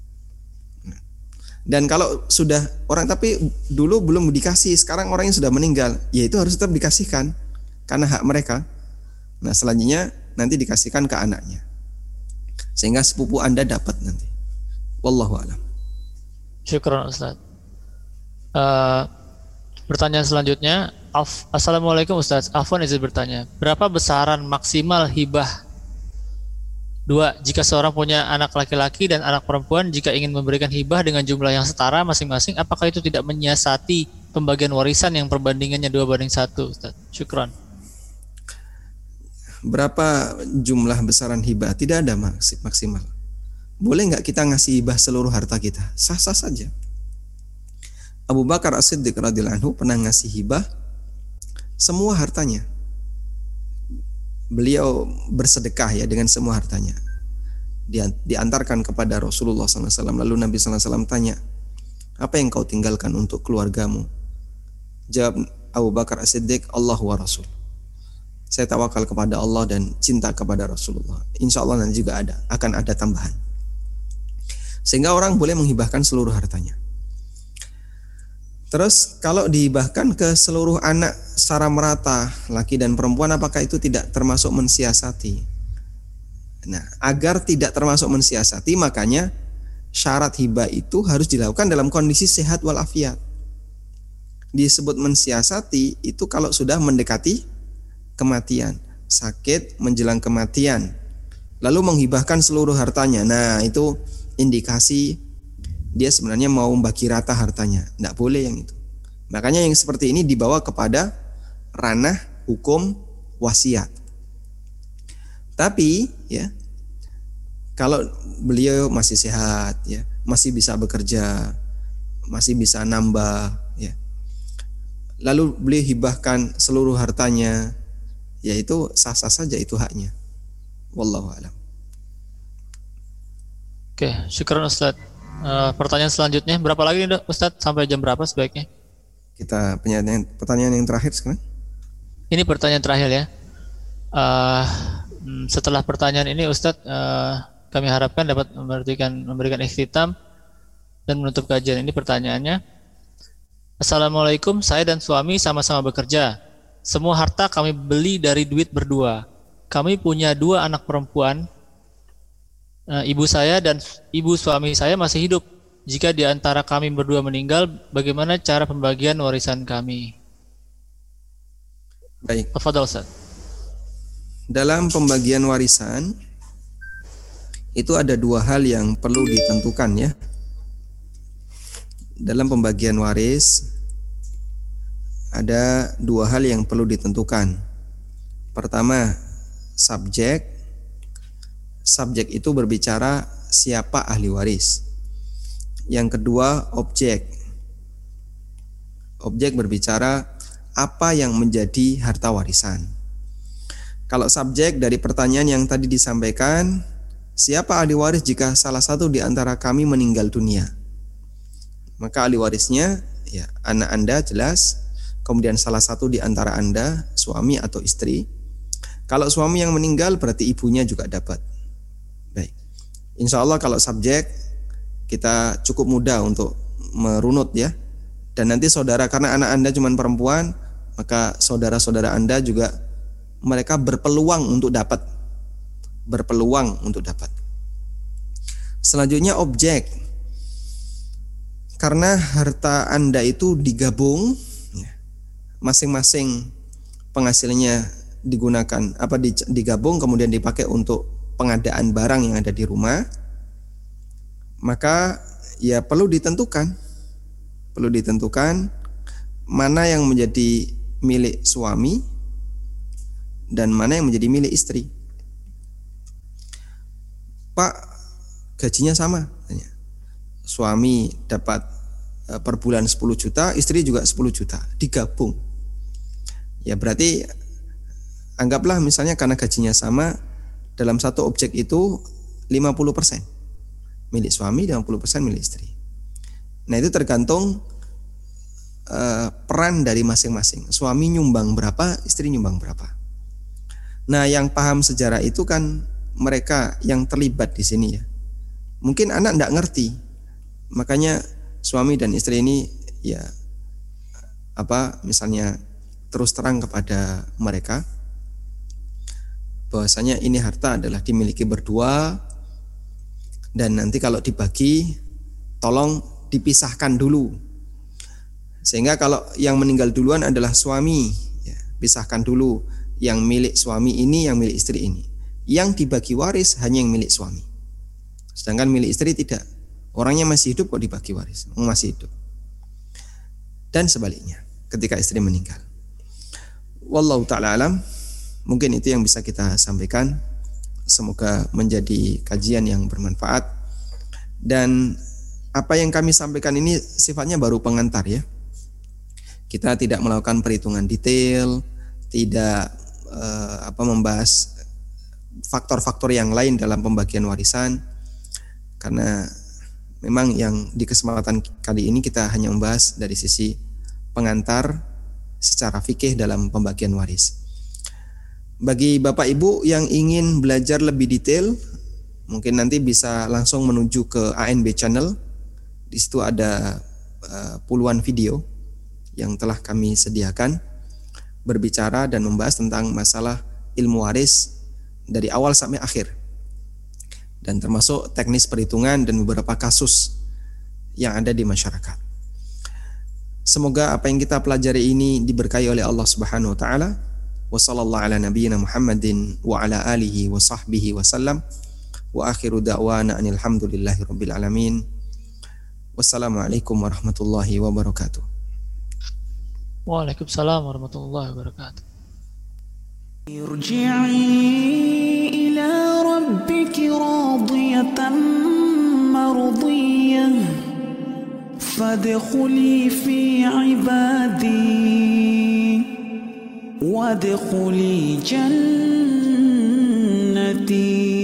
Dan kalau sudah orang tapi dulu belum dikasih, sekarang orangnya sudah meninggal, ya itu harus tetap dikasihkan karena hak mereka. Nah selanjutnya nanti dikasihkan ke anaknya, sehingga sepupu Anda dapat nanti. Wallahu a'lam. Syukran Ustaz. Uh, pertanyaan selanjutnya, Af, Assalamualaikum Ustaz. Afwan izin bertanya, berapa besaran maksimal hibah? Dua, jika seorang punya anak laki-laki dan anak perempuan, jika ingin memberikan hibah dengan jumlah yang setara masing-masing, apakah itu tidak menyiasati pembagian warisan yang perbandingannya dua banding satu, Ustaz? Syukran. Berapa jumlah besaran hibah? Tidak ada maksimal. Boleh nggak kita ngasih hibah seluruh harta kita? Sah-sah saja. Abu Bakar As-Siddiq radhiyallahu anhu pernah ngasih hibah semua hartanya. Beliau bersedekah ya dengan semua hartanya. Diantarkan kepada Rasulullah sallallahu alaihi wasallam. Lalu Nabi sallallahu alaihi wasallam tanya, apa yang kau tinggalkan untuk keluargamu? Jawab Abu Bakar As-Siddiq, Allah wa Rasul. Saya tawakal kepada Allah dan cinta kepada Rasulullah. Insya Allah nanti juga ada, akan ada tambahan. Sehingga orang boleh menghibahkan seluruh hartanya. Terus kalau dihibahkan ke seluruh anak secara merata, laki dan perempuan, apakah itu tidak termasuk mensiasati? Nah, agar tidak termasuk mensiasati, makanya syarat hibah itu harus dilakukan dalam kondisi sehat walafiat. Disebut mensiasati itu kalau sudah mendekati kematian, sakit menjelang kematian, lalu menghibahkan seluruh hartanya. Nah, itu indikasi dia sebenarnya mau membagi rata hartanya. Tidak boleh yang itu. Makanya yang seperti ini dibawa kepada ranah hukum wasiat. Tapi ya, kalau beliau masih sehat ya, masih bisa bekerja, masih bisa nambah ya, lalu beliau hibahkan seluruh hartanya, ya itu sah-sah saja, itu haknya. Wallahu a'lam. Oke, syukran Ustaz. Uh, pertanyaan selanjutnya, berapa lagi nih Ustaz? Sampai jam berapa sebaiknya? Kita pertanyaan, pertanyaan yang terakhir sekarang. Ini pertanyaan terakhir ya. Uh, setelah pertanyaan ini Ustaz, uh, kami harapkan dapat memberikan memberikan ikhtitam dan menutup kajian ini. Pertanyaannya, Assalamualaikum, saya dan suami sama-sama bekerja. Semua harta kami beli dari duit berdua. Kami punya dua anak perempuan. Ibu saya dan ibu suami saya masih hidup. Jika di antara kami berdua meninggal, bagaimana cara pembagian warisan kami? Baik. Tafadhal Ustaz. Dalam pembagian warisan itu ada dua hal yang perlu ditentukan ya. Dalam pembagian waris ada dua hal yang perlu ditentukan. Pertama, subjek. Subjek itu berbicara siapa ahli waris. Yang kedua, objek. Objek berbicara apa yang menjadi harta warisan. Kalau subjek dari pertanyaan yang tadi disampaikan, siapa ahli waris jika salah satu di antara kami meninggal dunia? Maka ahli warisnya ya anak Anda jelas, kemudian salah satu di antara Anda, suami atau istri. Kalau suami yang meninggal berarti ibunya juga dapat. Baik. Insya Allah kalau subjek kita cukup mudah untuk merunut ya. Dan nanti saudara, karena anak Anda cuma perempuan, maka saudara-saudara Anda juga mereka berpeluang untuk dapat. Berpeluang untuk dapat. Selanjutnya objek. karena harta Anda itu digabung, ya, masing-masing penghasilannya digunakan apa digabung kemudian dipakai untuk pengadaan barang yang ada di rumah, maka ya perlu ditentukan, perlu ditentukan mana yang menjadi milik suami dan mana yang menjadi milik istri. Pak, gajinya sama, suami dapat per bulan sepuluh juta, istri juga sepuluh juta, digabung. Ya berarti anggaplah misalnya karena gajinya sama, dalam satu objek itu lima puluh persen milik suami, lima puluh persen milik istri. Nah itu tergantung uh, peran dari masing-masing. Suami nyumbang berapa, istri nyumbang berapa. Nah yang paham sejarah itu kan mereka yang terlibat di sini ya. Mungkin anak tidak ngerti, makanya suami dan istri ini ya apa misalnya terus terang kepada mereka bahwasanya ini harta adalah dimiliki berdua dan nanti kalau dibagi tolong dipisahkan dulu, sehingga kalau yang meninggal duluan adalah suami ya, pisahkan dulu yang milik suami ini, yang milik istri ini, yang dibagi waris hanya yang milik suami, sedangkan milik istri tidak. Orangnya masih hidup kok dibagi waris, masih hidup. Dan sebaliknya ketika istri meninggal. Wallahu ta'ala alam. Mungkin itu yang bisa kita sampaikan. Semoga menjadi kajian yang bermanfaat. Dan apa yang kami sampaikan ini sifatnya baru pengantar ya. Kita tidak melakukan perhitungan detail, tidak eh, apa membahas faktor-faktor yang lain dalam pembagian warisan. Karena memang yang di kesempatan kali ini kita hanya membahas dari sisi pengantar secara fikih dalam pembagian waris. Bagi Bapak Ibu yang ingin belajar lebih detail, mungkin nanti bisa langsung menuju ke A N B Channel. Di situ ada uh, puluhan video yang telah kami sediakan berbicara dan membahas tentang masalah ilmu waris dari awal sampai akhir. Dan termasuk teknis perhitungan dan beberapa kasus yang ada di masyarakat. Semoga apa yang kita pelajari ini diberkahi oleh Allah Subhanahu wa taala. Wa sallallahu ala nabiyyina Muhammadin wa ala alihi wa sahbihi wa sallam. Wa akhiru da'wana anil hamdulillahi rabbil alamin. Wassalamualaikum warahmatullahi wabarakatuh. Waalaikumsalam warahmatullahi wabarakatuh. ارجعي إلى ربك راضية مرضية فادخلي في عبادي وادخلي جنتي.